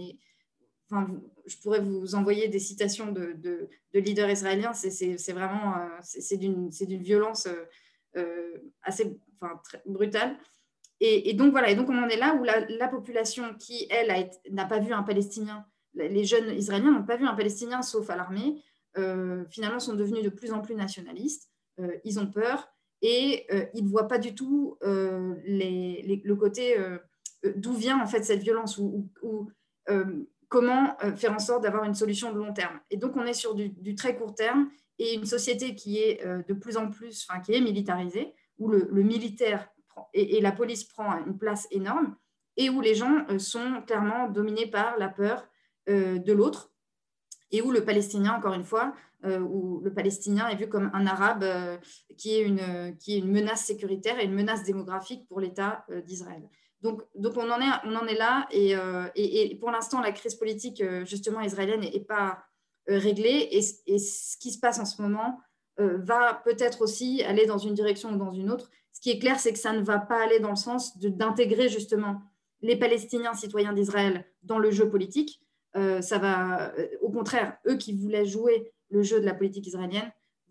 Je pourrais vous envoyer des citations de leaders israéliens. C'est vraiment c'est d'une violence assez très brutale. Et donc voilà, et donc on en est là où la population qui, elle, n'a pas vu un Palestinien, les jeunes Israéliens n'ont pas vu un Palestinien sauf à l'armée, finalement sont devenus de plus en plus nationalistes, ils ont peur et ils ne voient pas du tout le côté d'où vient en fait cette violence ou comment faire en sorte d'avoir une solution de long terme. Et donc on est sur du très court terme et une société qui est de plus en plus, qui est militarisée, où le militaire et la police prend une place énorme et où les gens sont clairement dominés par la peur de l'autre et où le Palestinien, encore une fois, où le Palestinien est vu comme un Arabe qui est une menace sécuritaire et une menace démographique pour l'État d'Israël. Donc on en est là et pour l'instant, la crise politique justement israélienne n'est pas réglée et ce qui se passe en ce moment va peut-être aussi aller dans une direction ou dans une autre. Ce qui est clair, c'est que ça ne va pas aller dans le sens d'intégrer justement les Palestiniens citoyens d'Israël dans le jeu politique. Ça va, au contraire, eux qui voulaient jouer le jeu de la politique israélienne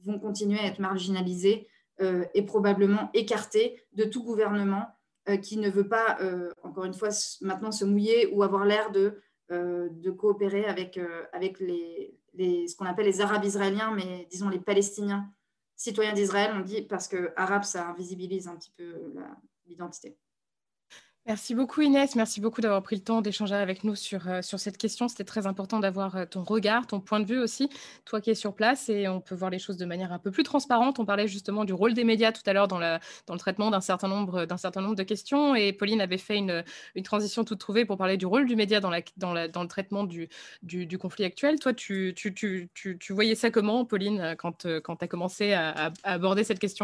vont continuer à être marginalisés et probablement écartés de tout gouvernement qui ne veut pas, encore une fois, maintenant se mouiller ou avoir l'air de coopérer avec ce qu'on appelle les Arabes israéliens, mais disons les Palestiniens citoyens d'Israël, on dit, parce que arabe, ça invisibilise un petit peu l'identité. Merci beaucoup Inès, merci beaucoup d'avoir pris le temps d'échanger avec nous sur cette question. C'était très important d'avoir ton regard, ton point de vue aussi, toi qui es sur place, et on peut voir les choses de manière un peu plus transparente. On parlait justement du rôle des médias tout à l'heure dans le traitement d'un certain nombre de questions, et Pauline avait fait une transition toute trouvée pour parler du rôle du média dans le traitement du conflit actuel. Toi, tu voyais ça comment, Pauline, quand tu as commencé à aborder cette question ?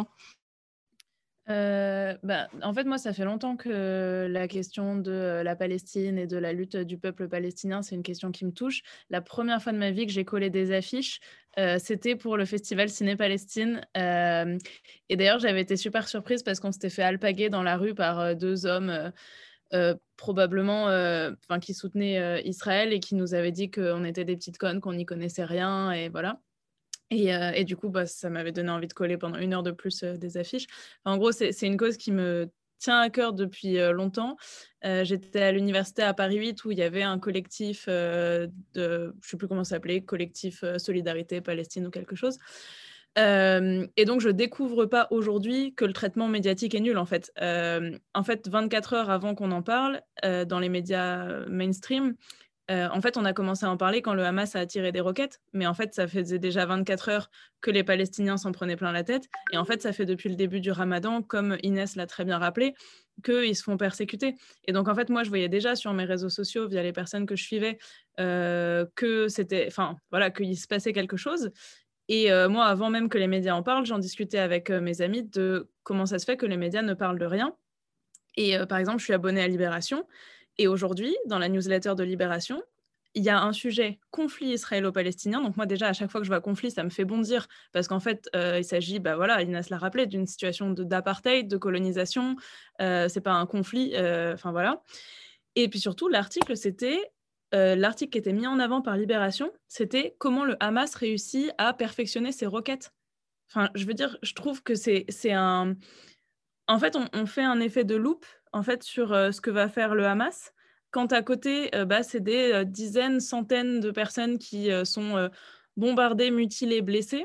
En fait, moi, ça fait longtemps que la question de la Palestine et de la lutte du peuple palestinien, c'est une question qui me touche. La première fois de ma vie que j'ai collé des affiches, c'était pour le festival Ciné-Palestine. Et d'ailleurs, j'avais été super surprise parce qu'on s'était fait alpaguer dans la rue par deux hommes probablement qui soutenaient Israël et qui nous avaient dit qu'on était des petites connes, qu'on n'y connaissait rien, et voilà. Et du coup, ça m'avait donné envie de coller pendant 1 heure de plus des affiches. En gros, c'est une cause qui me tient à cœur depuis longtemps. J'étais à l'université à Paris 8 où il y avait un collectif je ne sais plus comment ça s'appelait, collectif Solidarité Palestine ou quelque chose. Et donc, je ne découvre pas aujourd'hui que le traitement médiatique est nul, en fait. 24 heures avant qu'on en parle, dans les médias mainstream, en fait, on a commencé à en parler quand le Hamas a tiré des roquettes, mais en fait, ça faisait déjà 24 heures que les Palestiniens s'en prenaient plein la tête, et en fait, ça fait depuis le début du Ramadan, comme Inès l'a très bien rappelé, qu'ils se font persécuter. Et donc, en fait, moi, je voyais déjà sur mes réseaux sociaux, via les personnes que je suivais, qu'il se passait quelque chose. Et moi, avant même que les médias en parlent, j'en discutais avec mes amis de comment ça se fait que les médias ne parlent de rien. Et par exemple, je suis abonnée à Libération. Et aujourd'hui, dans la newsletter de Libération, il y a un sujet conflit israélo-palestinien. Donc moi, déjà, à chaque fois que je vois conflit, ça me fait bondir parce qu'en fait, il s'agit, Inès l'a rappelé, d'une situation d'apartheid, de colonisation. C'est pas un conflit, voilà. Et puis surtout, l'article, c'était... l'article qui était mis en avant par Libération, c'était comment le Hamas réussit à perfectionner ses roquettes. Enfin, je veux dire, je trouve que c'est un... En fait, on fait un effet de loupe en fait, sur ce que va faire le Hamas, quand à côté, c'est des dizaines, centaines de personnes qui sont bombardées, mutilées, blessées,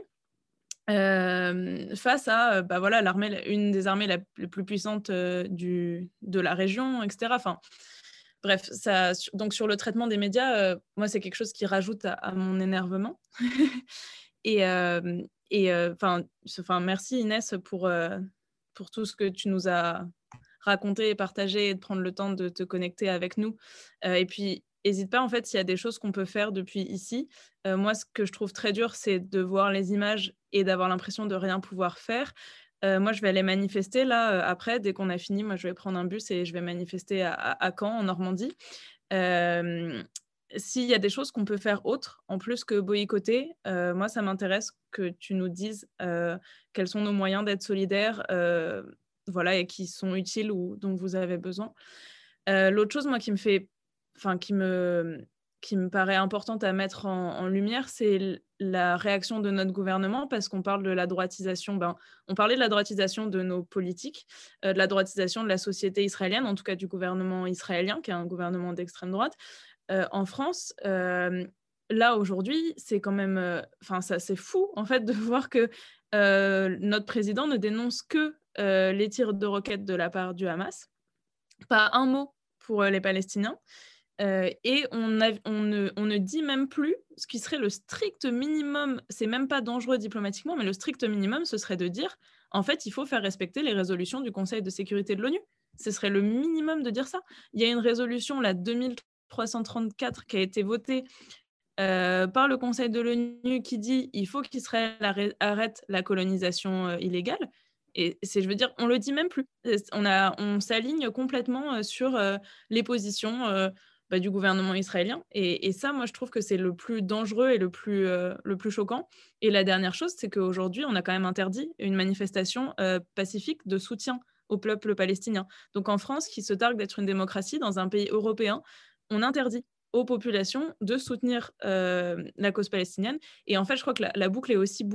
face à l'armée, une des armées les plus puissantes de la région, etc. Enfin, bref, donc sur le traitement des médias, moi, c'est quelque chose qui rajoute à mon énervement. Merci Inès pour tout ce que tu nous as raconter et partager et de prendre le temps de te connecter avec nous. Et puis, n'hésite pas, en fait, s'il y a des choses qu'on peut faire depuis ici. Moi, ce que je trouve très dur, c'est de voir les images et d'avoir l'impression de rien pouvoir faire. Moi, je vais aller manifester, là, après, dès qu'on a fini. Moi, je vais prendre un bus et je vais manifester à Caen, en Normandie. S'il y a des choses qu'on peut faire autres, en plus que boycotter, moi, ça m'intéresse que tu nous dises quels sont nos moyens d'être solidaires, et qui sont utiles ou dont vous avez besoin. L'autre chose, moi, qui me paraît importante à mettre en lumière, c'est la réaction de notre gouvernement, parce qu'on parle de la droitisation. On parlait de la droitisation de nos politiques, de la droitisation de la société israélienne, en tout cas du gouvernement israélien, qui est un gouvernement d'extrême droite. En France, là, aujourd'hui, c'est quand même... c'est fou, en fait, de voir que notre président ne dénonce que les tirs de roquettes de la part du Hamas. Pas un mot pour les Palestiniens. Et on ne dit même plus ce qui serait le strict minimum. C'est même pas dangereux diplomatiquement, mais le strict minimum, ce serait de dire, en fait, il faut faire respecter les résolutions du Conseil de sécurité de l'ONU. Ce serait le minimum de dire ça. Il y a une résolution, la 2334, qui a été votée par le Conseil de l'ONU, qui dit il faut qu'Israël arrête la colonisation illégale. Et je veux dire, on le dit même plus. On s'aligne complètement sur les positions du gouvernement israélien. Et ça, moi, je trouve que c'est le plus dangereux et le plus choquant. Et la dernière chose, c'est qu'aujourd'hui, on a quand même interdit une manifestation pacifique de soutien au peuple palestinien. Donc en France, qui se targue d'être une démocratie, dans un pays européen, on interdit aux populations de soutenir la cause palestinienne. Et en fait, je crois que la boucle est aussi bouclée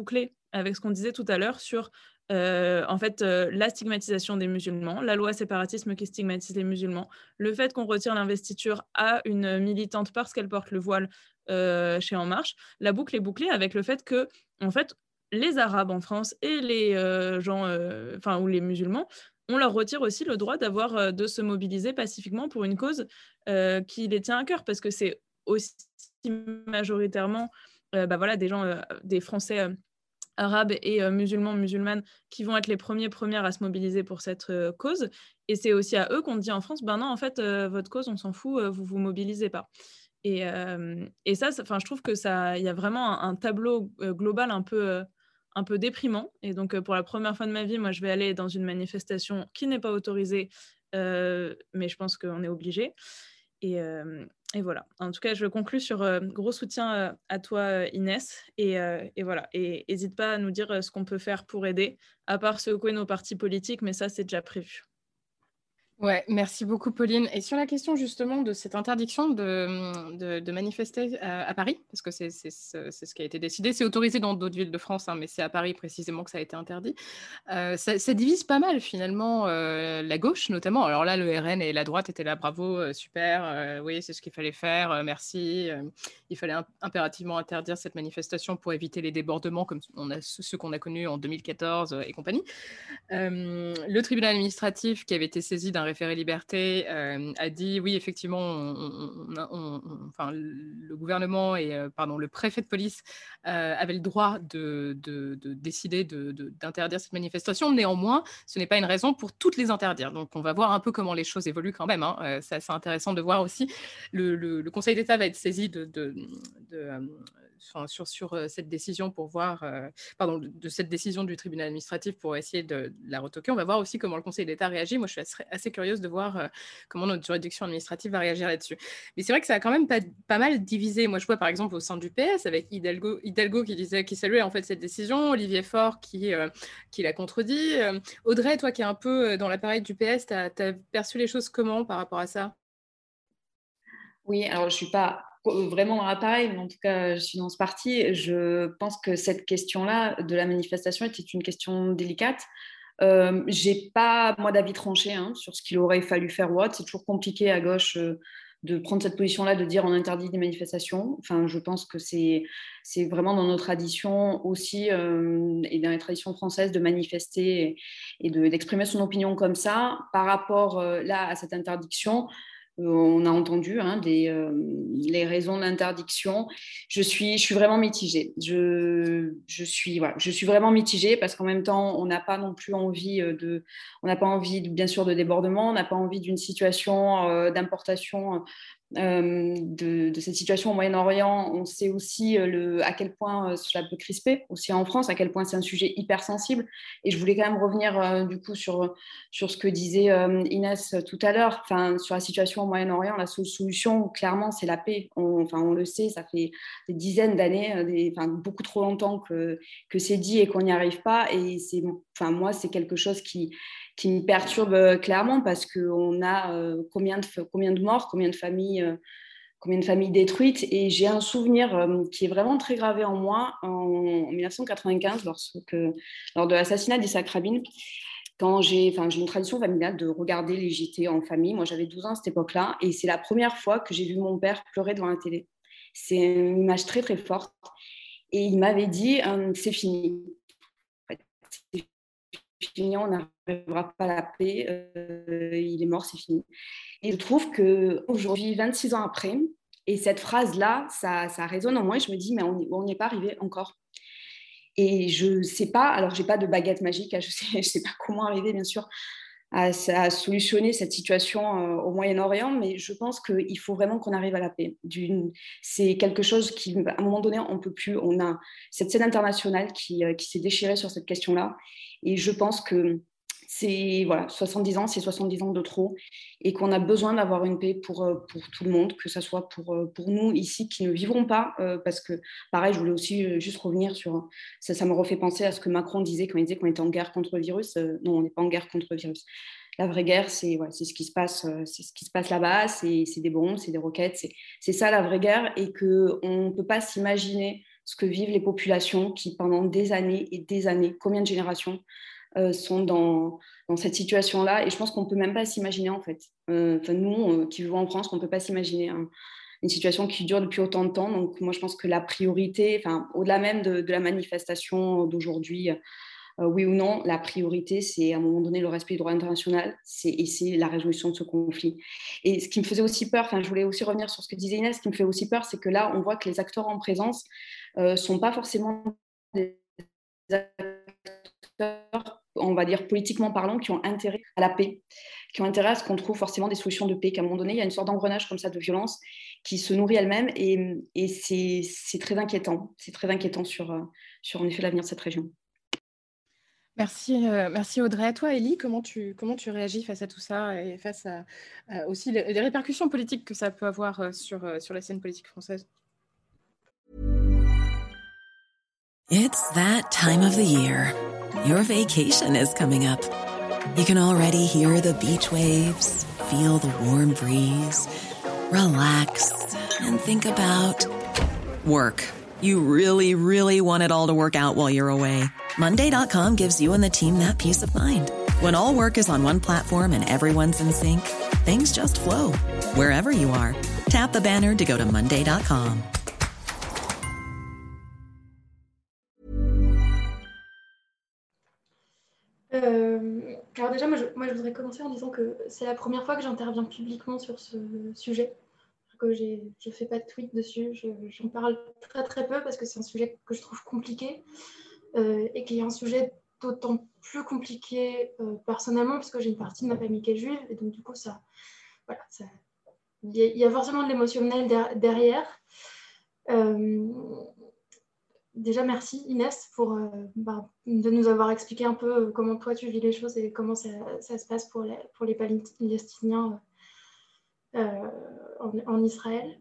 avec ce qu'on disait tout à l'heure sur la stigmatisation des musulmans, la loi séparatisme qui stigmatise les musulmans, le fait qu'on retire l'investiture à une militante parce qu'elle porte le voile chez En Marche. La boucle est bouclée avec le fait que, en fait, les Arabes en France et les ou les musulmans, on leur retire aussi le droit de se mobiliser pacifiquement pour une cause qui les tient à cœur, parce que c'est aussi majoritairement des gens, des Français arabes et musulmanes qui vont être les premières à se mobiliser pour cette cause. Et c'est aussi à eux qu'on dit en France, non, en fait, votre cause, on s'en fout, vous vous mobilisez pas. Et ça, je trouve que il y a vraiment un tableau global un peu déprimant. Et donc, pour la première fois de ma vie, moi, je vais aller dans une manifestation qui n'est pas autorisée, mais je pense qu'on est obligé. Et voilà. En tout cas, je conclue sur gros soutien à toi, Inès. Et voilà. Et n'hésite pas à nous dire ce qu'on peut faire pour aider, à part secouer nos partis politiques, mais ça, c'est déjà prévu. Ouais, merci beaucoup Pauline. Et sur la question justement de cette interdiction de manifester à Paris, parce que c'est ce qui a été décidé, c'est autorisé dans d'autres villes de France, mais c'est à Paris précisément que ça a été interdit. Ça divise pas mal finalement la gauche notamment. Alors là, le RN et la droite étaient là, bravo, super, oui, c'est ce qu'il fallait faire, merci. Il fallait impérativement interdire cette manifestation pour éviter les débordements comme ceux qu'on a connus en 2014 et compagnie. Le tribunal administratif qui avait été saisi d'un référé liberté a dit oui, effectivement, le gouvernement et le préfet de police avaient le droit de décider d'interdire cette manifestation. Néanmoins, ce n'est pas une raison pour toutes les interdire. Donc, on va voir un peu comment les choses évoluent quand même. C'est assez intéressant de voir aussi. Le Conseil d'État va être saisi sur cette décision pour voir, de cette décision du tribunal administratif pour essayer de la retoquer. On va voir aussi comment le Conseil d'État réagit. Moi, je suis assez curieuse de voir comment notre juridiction administrative va réagir là-dessus. Mais c'est vrai que ça a quand même pas mal divisé. Moi, je vois par exemple au sein du PS avec Hidalgo qui saluait en fait cette décision, Olivier Faure qui l'a contredit. Audrey, toi qui es un peu dans l'appareil du PS, tu as perçu les choses comment par rapport à ça? Oui, alors je ne suis pas vraiment dans l'appareil, mais en tout cas, je suis dans ce parti. Je pense que cette question-là de la manifestation était une question délicate. J'ai pas, moi, d'avis tranché sur ce qu'il aurait fallu faire ou autre. C'est toujours compliqué à gauche de prendre cette position-là, de dire on interdit des manifestations. Enfin, je pense que c'est vraiment dans nos traditions aussi et dans les traditions françaises de manifester et d'exprimer son opinion comme ça. Par rapport là à cette interdiction, on a entendu les raisons d'interdiction. Je suis vraiment mitigée. Je suis vraiment mitigée parce qu'en même temps, on n'a pas non plus envie bien sûr de débordement, on n'a pas envie d'une situation d'importation de cette situation au Moyen-Orient. On sait aussi à quel point cela peut crisper aussi en France, à quel point c'est un sujet hyper sensible. Et je voulais quand même revenir du coup sur ce que disait Inès tout à l'heure, sur la situation au Moyen-Orient. La seule solution, clairement, c'est la paix. On le sait, ça fait des dizaines d'années, beaucoup trop longtemps que c'est dit et qu'on n'y arrive pas. Et moi, c'est quelque chose qui me perturbe clairement parce qu'on a combien de morts, combien de familles détruites. Et j'ai un souvenir qui est vraiment très gravé en moi en 1995, lors de l'assassinat d'Yitzhak Rabin. J'ai une tradition familiale de regarder les JT en famille. Moi, j'avais 12 ans à cette époque-là et c'est la première fois que j'ai vu mon père pleurer devant la télé. C'est une image très, très forte. Et il m'avait dit, c'est fini. Fini, on n'arrivera pas à la paix, il est mort, c'est fini. Et je trouve qu'aujourd'hui, 26 ans après, et cette phrase-là, ça résonne en moi et je me dis, mais on n'y est pas arrivé encore. Et je ne sais pas, alors je n'ai pas de baguette magique, je ne sais pas comment arriver, bien sûr, à solutionner cette situation au Moyen-Orient, mais je pense qu'il faut vraiment qu'on arrive à la paix. C'est quelque chose qui, à un moment donné, on ne peut plus. On a cette scène internationale qui s'est déchirée sur cette question-là. Et je pense que 70 ans, c'est 70 ans de trop et qu'on a besoin d'avoir une paix pour tout le monde, que ce soit pour nous ici qui ne vivrons pas, parce que, pareil, je voulais aussi juste revenir sur... Ça me refait penser à ce que Macron disait quand il disait qu'on était en guerre contre le virus. Non, on n'est pas en guerre contre le virus. La vraie guerre, c'est ce qui se passe, là-bas, c'est des bombes, c'est des roquettes, c'est ça la vraie guerre et qu'on ne peut pas s'imaginer ce que vivent les populations qui, pendant des années et des années, combien de générations sont dans cette situation-là. Et je pense qu'on ne peut même pas s'imaginer, en fait. Nous, qui vivons en France, on ne peut pas s'imaginer une situation qui dure depuis autant de temps. Donc, moi, je pense que la priorité, au-delà même de la manifestation d'aujourd'hui, oui ou non, la priorité, c'est à un moment donné le respect du droit international et c'est la résolution de ce conflit. Et ce qui me faisait aussi peur, je voulais aussi revenir sur ce que disait Inès, ce qui me fait aussi peur, c'est que là, on voit que les acteurs en présence ne sont pas forcément des acteurs, on va dire politiquement parlant, qui ont intérêt à la paix, qui ont intérêt à ce qu'on trouve forcément des solutions de paix, qu'à un moment donné, il y a une sorte d'engrenage comme ça de violence qui se nourrit elle-même et c'est très inquiétant. C'est très inquiétant sur en effet l'avenir de cette région. Merci Audrey. Toi, Élie, comment tu réagis face à tout ça et face à aussi les répercussions politiques que ça peut avoir sur la scène politique française? It's that time of the year. Your vacation is coming up. You can already hear the beach waves, feel the warm breeze, relax, and think about work. You really, really want it all to work out while you're away. Monday.com gives you and the team that peace of mind. When all work is on one platform and everyone's in sync, things just flow. Wherever you are, tap the banner to go to Monday.com. Alors déjà, moi je voudrais commencer en disant que c'est la première fois que j'interviens publiquement sur ce sujet. Que je ne fais pas de tweet dessus, j'en parle très très peu parce que c'est un sujet que je trouve compliqué et qui est un sujet d'autant plus compliqué personnellement parce que j'ai une partie de ma famille qui est juive et donc du coup il y a forcément de l'émotionnel derrière. Déjà merci Inès de nous avoir expliqué un peu comment toi tu vis les choses et comment ça se passe pour les Palestiniens en Israël.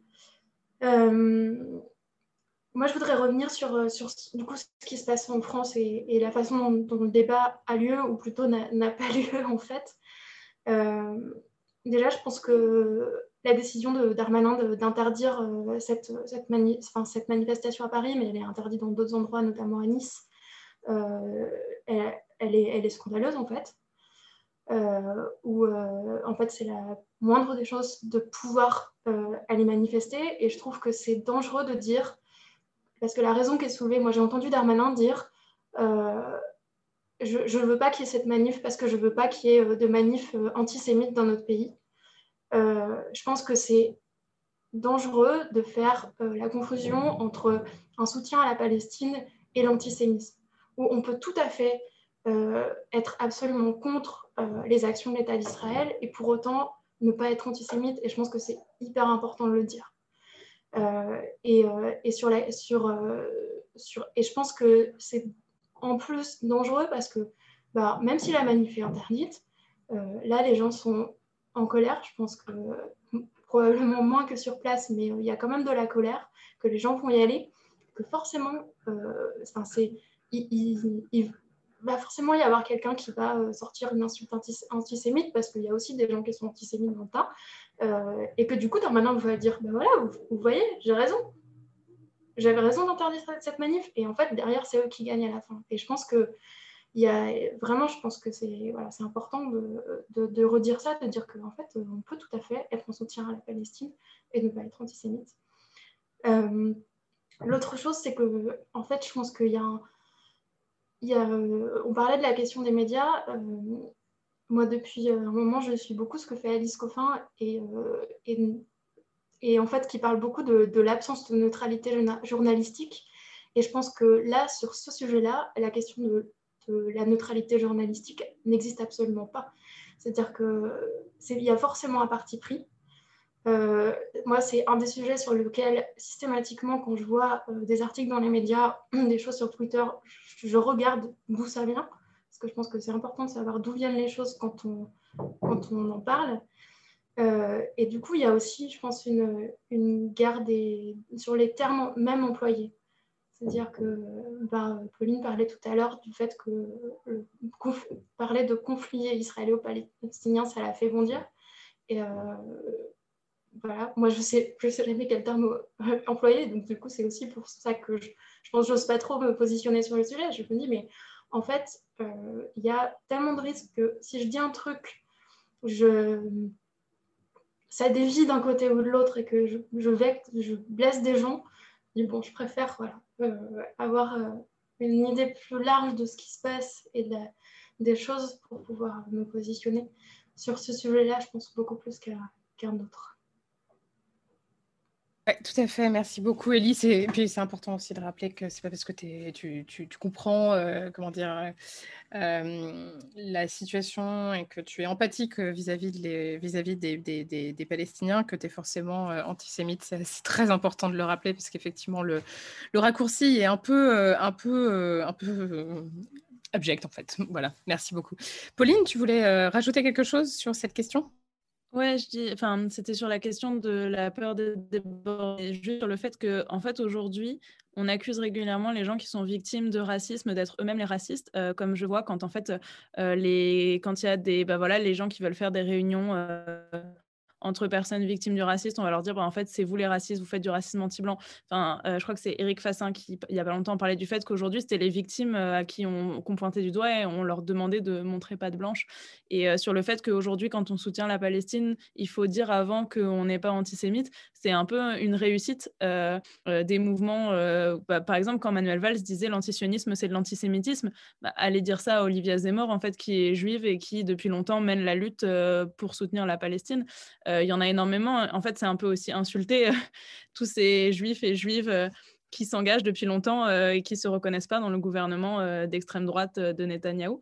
Moi, je voudrais revenir sur du coup, ce qui se passe en France et la façon dont le débat a lieu, ou plutôt n'a pas lieu, en fait. Déjà, je pense que la décision de Darmanin d'interdire cette manifestation à Paris, mais elle est interdite dans d'autres endroits, notamment à Nice, elle est scandaleuse, en fait. En fait c'est la moindre des choses de pouvoir aller manifester et je trouve que c'est dangereux de dire, parce que la raison qui est soulevée, moi j'ai entendu Darmanin dire je veux pas qu'il y ait cette manif parce que je veux pas qu'il y ait de manif antisémite dans notre pays. Je pense que c'est dangereux de faire la confusion entre un soutien à la Palestine et l'antisémitisme, où on peut tout à fait être absolument contre les actions de l'État d'Israël et pour autant ne pas être antisémite, et je pense que c'est hyper important de le dire. Et je pense que c'est en plus dangereux parce que même si la manif est interdite, là les gens sont en colère, je pense que probablement moins que sur place, mais il y a quand même de la colère, que les gens vont y aller, que forcément il va forcément y avoir quelqu'un qui va sortir une insulte antisémite, parce qu'il y a aussi des gens qui sont antisémites dans le tas, et que du coup, Darmanin va dire, voilà, vous voyez, j'avais raison d'interdire cette manif, et en fait, derrière, c'est eux qui gagnent à la fin. Et je pense que c'est important de redire ça, de dire qu'en fait, on peut tout à fait être en soutien à la Palestine et ne pas être antisémite. L'autre chose, c'est que, en fait, je pense qu'il y a on parlait de la question des médias. Moi, depuis un moment, je suis beaucoup ce que fait Alice Coffin et en fait, qui parle beaucoup de l'absence de neutralité journalistique. Et je pense que là, sur ce sujet-là, la question de la neutralité journalistique n'existe absolument pas. C'est-à-dire qu'il y a forcément un parti pris. Moi, c'est un des sujets sur lequel, systématiquement, quand je vois des articles dans les médias, des choses sur Twitter, je regarde d'où ça vient, parce que je pense que c'est important de savoir d'où viennent les choses quand on en parle. Et du coup, il y a aussi, je pense, une guerre sur les termes même employés. C'est-à-dire que Pauline parlait tout à l'heure du fait que parler de conflit israélo-palestinien, ça l'a fait bondir. Et voilà, moi je sais jamais quel terme employer, donc du coup c'est aussi pour ça que je pense que j'ose pas trop me positionner sur le sujet. Je me dis mais en fait il y a tellement de risques que si je dis un truc, ça dévie d'un côté ou de l'autre et que je blesse des gens. Je dis bon, je préfère avoir une idée plus large de ce qui se passe et des choses pour pouvoir me positionner sur ce sujet-là, je pense beaucoup plus qu'un autre. Ouais, tout à fait, merci beaucoup Ellie. Et puis c'est important aussi de rappeler que c'est pas parce que tu comprends la situation et que tu es empathique vis-à-vis des Palestiniens que tu es forcément antisémite. C'est très important de le rappeler parce qu'effectivement le raccourci est un peu abject en fait. Voilà, merci beaucoup. Pauline, tu voulais rajouter quelque chose sur cette question ? Ouais, c'était sur la question de la peur des déborder, juste sur le fait que, en fait, aujourd'hui, on accuse régulièrement les gens qui sont victimes de racisme d'être eux-mêmes les racistes, comme je vois quand, en fait, quand il y a les gens qui veulent faire des réunions entre personnes victimes du racisme, on va leur dire, en fait, c'est vous les racistes, vous faites du racisme anti-blanc. Enfin, je crois que c'est Éric Fassin qui, il y a pas longtemps, parlait du fait qu'aujourd'hui, c'était les victimes à qui qu'on pointait du doigt et on leur demandait de montrer patte blanche. Et sur le fait qu'aujourd'hui, quand on soutient la Palestine, il faut dire avant qu'on n'est pas antisémite, c'est un peu une réussite des mouvements. Par exemple, quand Manuel Valls disait l'antisionisme, c'est de l'antisémitisme, allez dire ça à Olivia Zemmour, en fait, qui est juive et qui, depuis longtemps, mène la lutte pour soutenir la Palestine. Il y en a énormément. En fait, c'est un peu aussi insulter tous ces juifs et juives qui s'engagent depuis longtemps et qui ne se reconnaissent pas dans le gouvernement d'extrême droite de Netanyahou.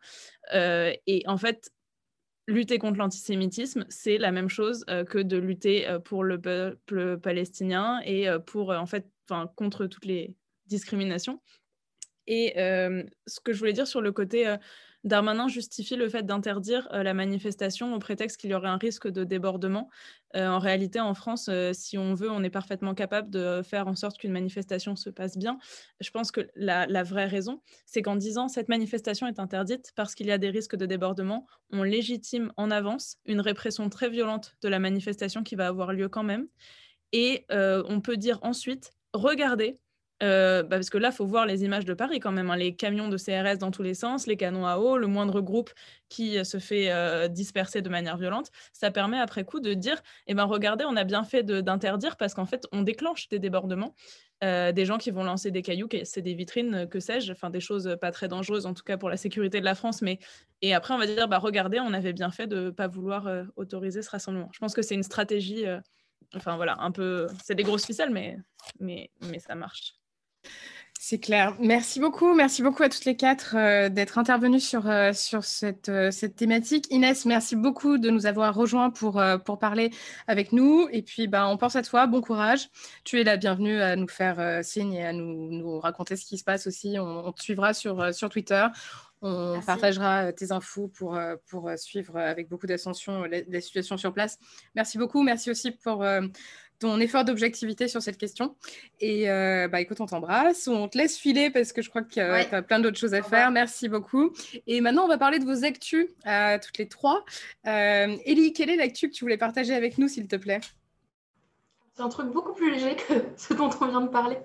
Et en fait, lutter contre l'antisémitisme, c'est la même chose que de lutter pour le peuple palestinien et contre toutes les discriminations. Et ce que je voulais dire sur le côté Darmanin justifie le fait d'interdire la manifestation au prétexte qu'il y aurait un risque de débordement. En réalité, en France, si on veut, on est parfaitement capable de faire en sorte qu'une manifestation se passe bien. Je pense que la vraie raison, c'est qu'en disant cette manifestation est interdite parce qu'il y a des risques de débordement, on légitime en avance une répression très violente de la manifestation qui va avoir lieu quand même. Et on peut dire ensuite, regardez, parce que là, il faut voir les images de Paris quand même, hein, les camions de CRS dans tous les sens, les canons à eau, le moindre groupe qui se fait disperser de manière violente. Ça permet après coup de dire, regardez, on a bien fait d'interdire parce qu'en fait, on déclenche des débordements. Des gens qui vont lancer des cailloux, c'est des vitrines, que sais-je, enfin des choses pas très dangereuses en tout cas pour la sécurité de la France, et après on va dire regardez, on avait bien fait de ne pas vouloir autoriser ce rassemblement. Je pense que c'est une stratégie, un peu, c'est des grosses ficelles, mais ça marche. C'est clair. Merci beaucoup à toutes les quatre d'être intervenues sur cette thématique. Inès, merci beaucoup de nous avoir rejoints pour parler avec nous. Et puis, on pense à toi, bon courage. Tu es la bienvenue à nous faire signe et à nous raconter ce qui se passe aussi. On te suivra sur Twitter. On partagera tes infos pour suivre avec beaucoup d'attention la situation sur place. Merci beaucoup. Merci aussi pour ton effort d'objectivité sur cette question. Et écoute, on t'embrasse. On te laisse filer parce que je crois que tu as plein d'autres choses à faire. Merci beaucoup. Et maintenant, on va parler de vos actus à toutes les trois. Ellie, quelle est l'actu que tu voulais partager avec nous, s'il te plaît ? C'est un truc beaucoup plus léger que ce dont on vient de parler.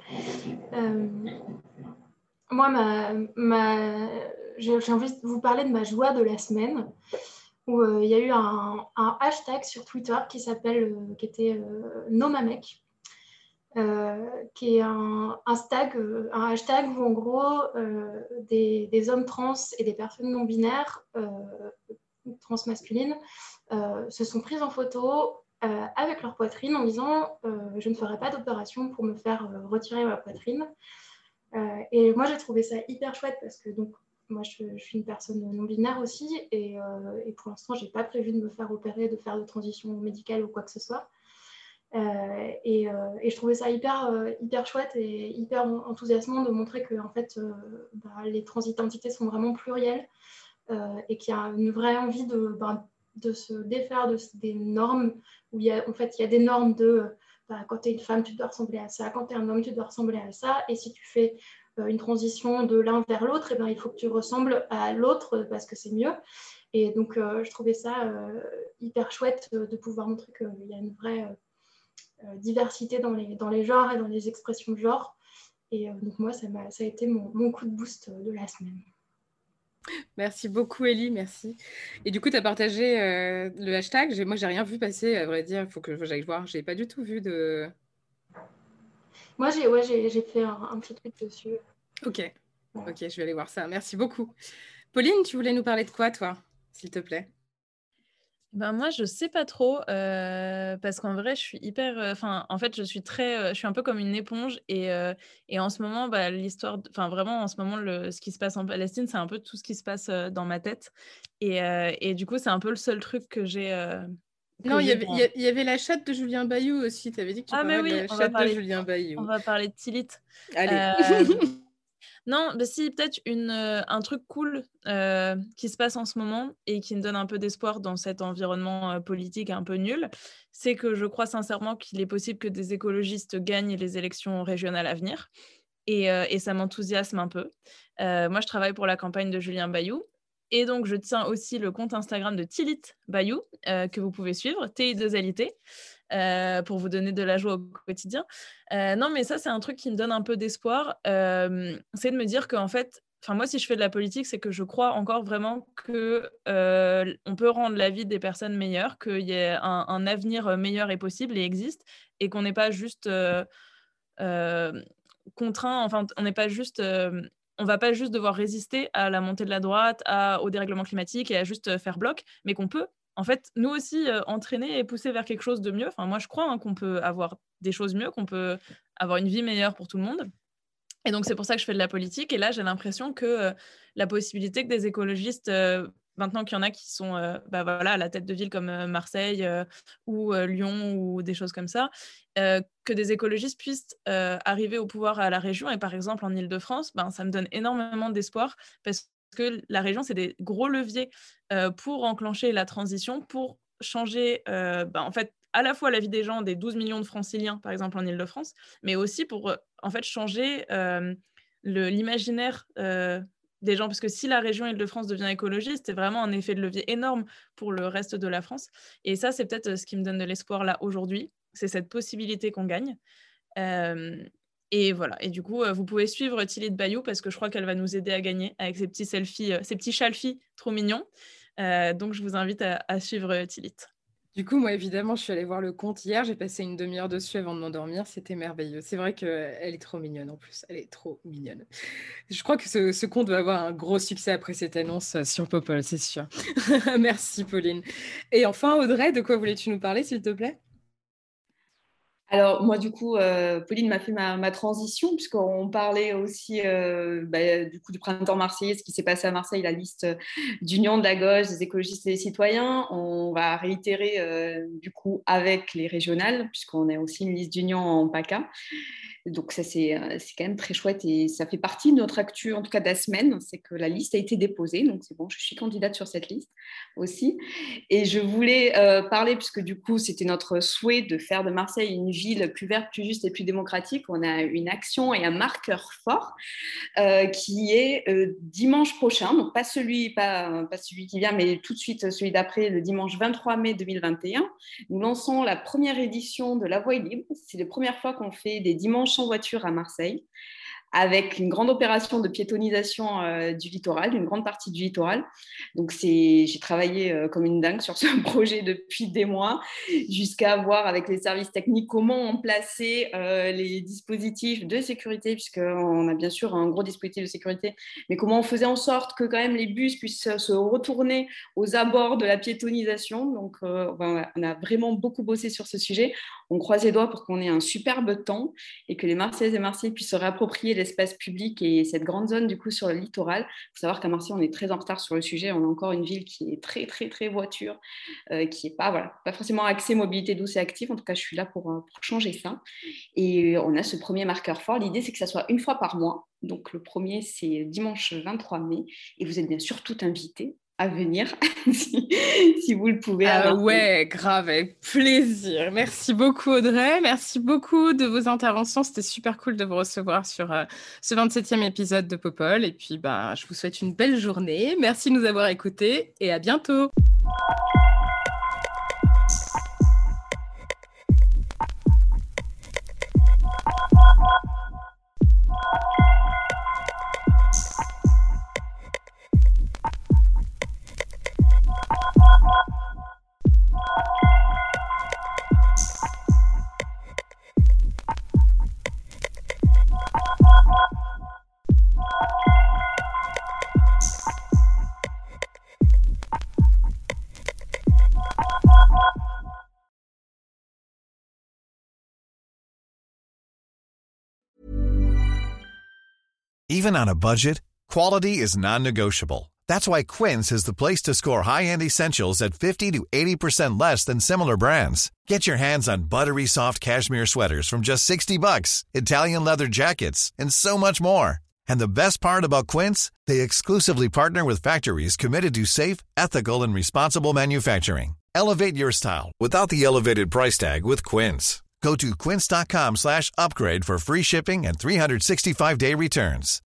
Moi, j'ai envie de vous parler de ma joie de la semaine, où il y a eu un hashtag sur Twitter qui était NoMamek, qui est un hashtag où en gros des hommes trans et des personnes non binaires transmasculines se sont prises en photo avec leur poitrine en disant je ne ferai pas d'opération pour me faire retirer ma poitrine. Et moi j'ai trouvé ça hyper chouette parce que donc moi je suis une personne non binaire aussi et pour l'instant j'ai pas prévu de me faire opérer, de faire de transition médicale ou quoi que ce soit. Et je trouvais ça hyper chouette et hyper enthousiasmant de montrer que en fait les transidentités sont vraiment plurielles et qu'il y a une vraie envie de se défaire des normes où il y a des normes de quand tu es une femme, tu dois ressembler à ça. Quand tu es un homme, tu dois ressembler à ça. Et si tu fais une transition de l'un vers l'autre, il faut que tu ressembles à l'autre parce que c'est mieux. Et donc, je trouvais ça hyper chouette de pouvoir montrer qu'il y a une vraie diversité dans les genres et dans les expressions de genre. Et donc moi, ça a été mon coup de boost de la semaine. Merci beaucoup, Ellie, merci. Et du coup, tu as partagé le hashtag. Moi, j'ai rien vu passer, à vrai dire. Il faut que j'aille voir. Je n'ai pas du tout vu de... Moi, j'ai fait un petit truc dessus. Ok, je vais aller voir ça. Merci beaucoup. Pauline, tu voulais nous parler de quoi, toi, s'il te plaît? Moi, je sais pas trop parce qu'en vrai, je suis hyper. En fait, je suis un peu comme une éponge et en ce moment, l'histoire. Vraiment, en ce moment, ce qui se passe en Palestine, c'est un peu tout ce qui se passe dans ma tête et du coup, c'est un peu le seul truc que j'ai. Non, il y avait la chatte de Julien Bayou aussi. Tu avais dit que tu parlais de la chatte de Julien Bayou. On va parler de Tillit. Allez. Non, si, peut-être un truc cool qui se passe en ce moment et qui me donne un peu d'espoir dans cet environnement politique un peu nul, c'est que je crois sincèrement qu'il est possible que des écologistes gagnent les élections régionales à venir. Et ça m'enthousiasme un peu. Moi, je travaille pour la campagne de Julien Bayou. Et donc, je tiens aussi le compte Instagram de Tillit Bayou, que vous pouvez suivre, TI2LIT, pour vous donner de la joie au quotidien. Non, mais ça, c'est un truc qui me donne un peu d'espoir. C'est de me dire qu'en fait, moi, si je fais de la politique, c'est que je crois encore vraiment qu'on peut rendre la vie des personnes meilleure, qu'il y ait un avenir meilleur et possible et existe, et qu'on n'est pas juste contraint, on n'est pas juste... on va pas juste devoir résister à la montée de la droite, au dérèglement climatique et à juste faire bloc, mais qu'on peut, en fait, nous aussi entraîner et pousser vers quelque chose de mieux. Moi, je crois qu'on peut avoir des choses mieux, qu'on peut avoir une vie meilleure pour tout le monde. Et donc, c'est pour ça que je fais de la politique. Et là, j'ai l'impression que la possibilité que des écologistes, maintenant qu'il y en a qui sont à la tête de villes comme Marseille ou Lyon ou des choses comme ça, que des écologistes puissent arriver au pouvoir à la région. Et par exemple, en Île-de-France, ça me donne énormément d'espoir parce que la région, c'est des gros leviers pour enclencher la transition, pour changer, en fait, à la fois la vie des gens, des 12 millions de franciliens, par exemple, en Île-de-France, mais aussi pour, en fait, changer l'imaginaire des gens, parce que si la région Île-de-France devient écologiste, c'est vraiment un effet de levier énorme pour le reste de la France. Et ça, c'est peut-être ce qui me donne de l'espoir là aujourd'hui, c'est cette possibilité qu'on gagne. Et voilà. Et du coup, vous pouvez suivre Tillit Bayou parce que je crois qu'elle va nous aider à gagner avec ses petits selfies, ses petits chalfies trop mignons. Donc, je vous invite à suivre Tillit. Du coup, moi, évidemment, je suis allée voir le compte hier. J'ai passé une demi-heure dessus avant de m'endormir. C'était merveilleux. C'est vrai qu'elle est trop mignonne en plus. Elle est trop mignonne. Je crois que ce compte va avoir un gros succès après cette annonce sur Popol, c'est sûr. Merci, Pauline. Et enfin, Audrey, de quoi voulais-tu nous parler, s'il te plaît ? Alors, moi, du coup, Pauline m'a fait ma transition, puisqu'on parlait aussi du coup, du printemps marseillais, ce qui s'est passé à Marseille, la liste d'union de la gauche, des écologistes et des citoyens. On va réitérer, du coup, avec les régionales, puisqu'on a aussi une liste d'union en PACA. Donc, ça, c'est quand même très chouette et ça fait partie de notre actu, en tout cas de la semaine, c'est que la liste a été déposée. Donc, c'est bon, je suis candidate sur cette liste aussi. Et je voulais parler, puisque du coup, c'était notre souhait de faire de Marseille une ville plus verte, plus juste et plus démocratique. On a une action et un marqueur fort qui est dimanche prochain, donc pas celui qui vient, mais tout de suite celui d'après, le dimanche 23 mai 2021. Nous lançons la première édition de La Voie est libre. C'est la première fois qu'on fait des dimanches en voiture à Marseille, avec une grande opération de piétonisation du littoral, d'une grande partie du littoral. Donc, j'ai travaillé comme une dingue sur ce projet depuis des mois, jusqu'à voir avec les services techniques comment on plaçait les dispositifs de sécurité, puisqu'on a bien sûr un gros dispositif de sécurité, mais comment on faisait en sorte que quand même les bus puissent se retourner aux abords de la piétonisation. Donc, on a vraiment beaucoup bossé sur ce sujet. On croise les doigts pour qu'on ait un superbe temps et que les Marseillaises et Marseillais puissent se réapproprier l'espace public et cette grande zone du coup sur le littoral. Il faut savoir qu'à Marseille, on est très en retard sur le sujet. On a encore une ville qui est très, très, très voiture, qui n'est pas forcément axée mobilité douce et active. En tout cas, je suis là pour changer ça. Et on a ce premier marqueur fort. L'idée, c'est que ça soit une fois par mois. Donc, le premier, c'est dimanche 23 mai. Et vous êtes bien sûr tout invités à venir si vous le pouvez. Ouais, grave, avec plaisir. Merci beaucoup Audrey, merci beaucoup de vos interventions, c'était super cool de vous recevoir sur ce 27e épisode de Popol et puis je vous souhaite une belle journée, merci de nous avoir écoutés et à bientôt. Even on a budget, quality is non-negotiable. That's why Quince is the place to score high-end essentials at 50 to 80% less than similar brands. Get your hands on buttery soft cashmere sweaters from just $60, Italian leather jackets, and so much more. And the best part about Quince, they exclusively partner with factories committed to safe, ethical, and responsible manufacturing. Elevate your style without the elevated price tag with Quince. Go to quince.com/upgrade for free shipping and 365-day returns.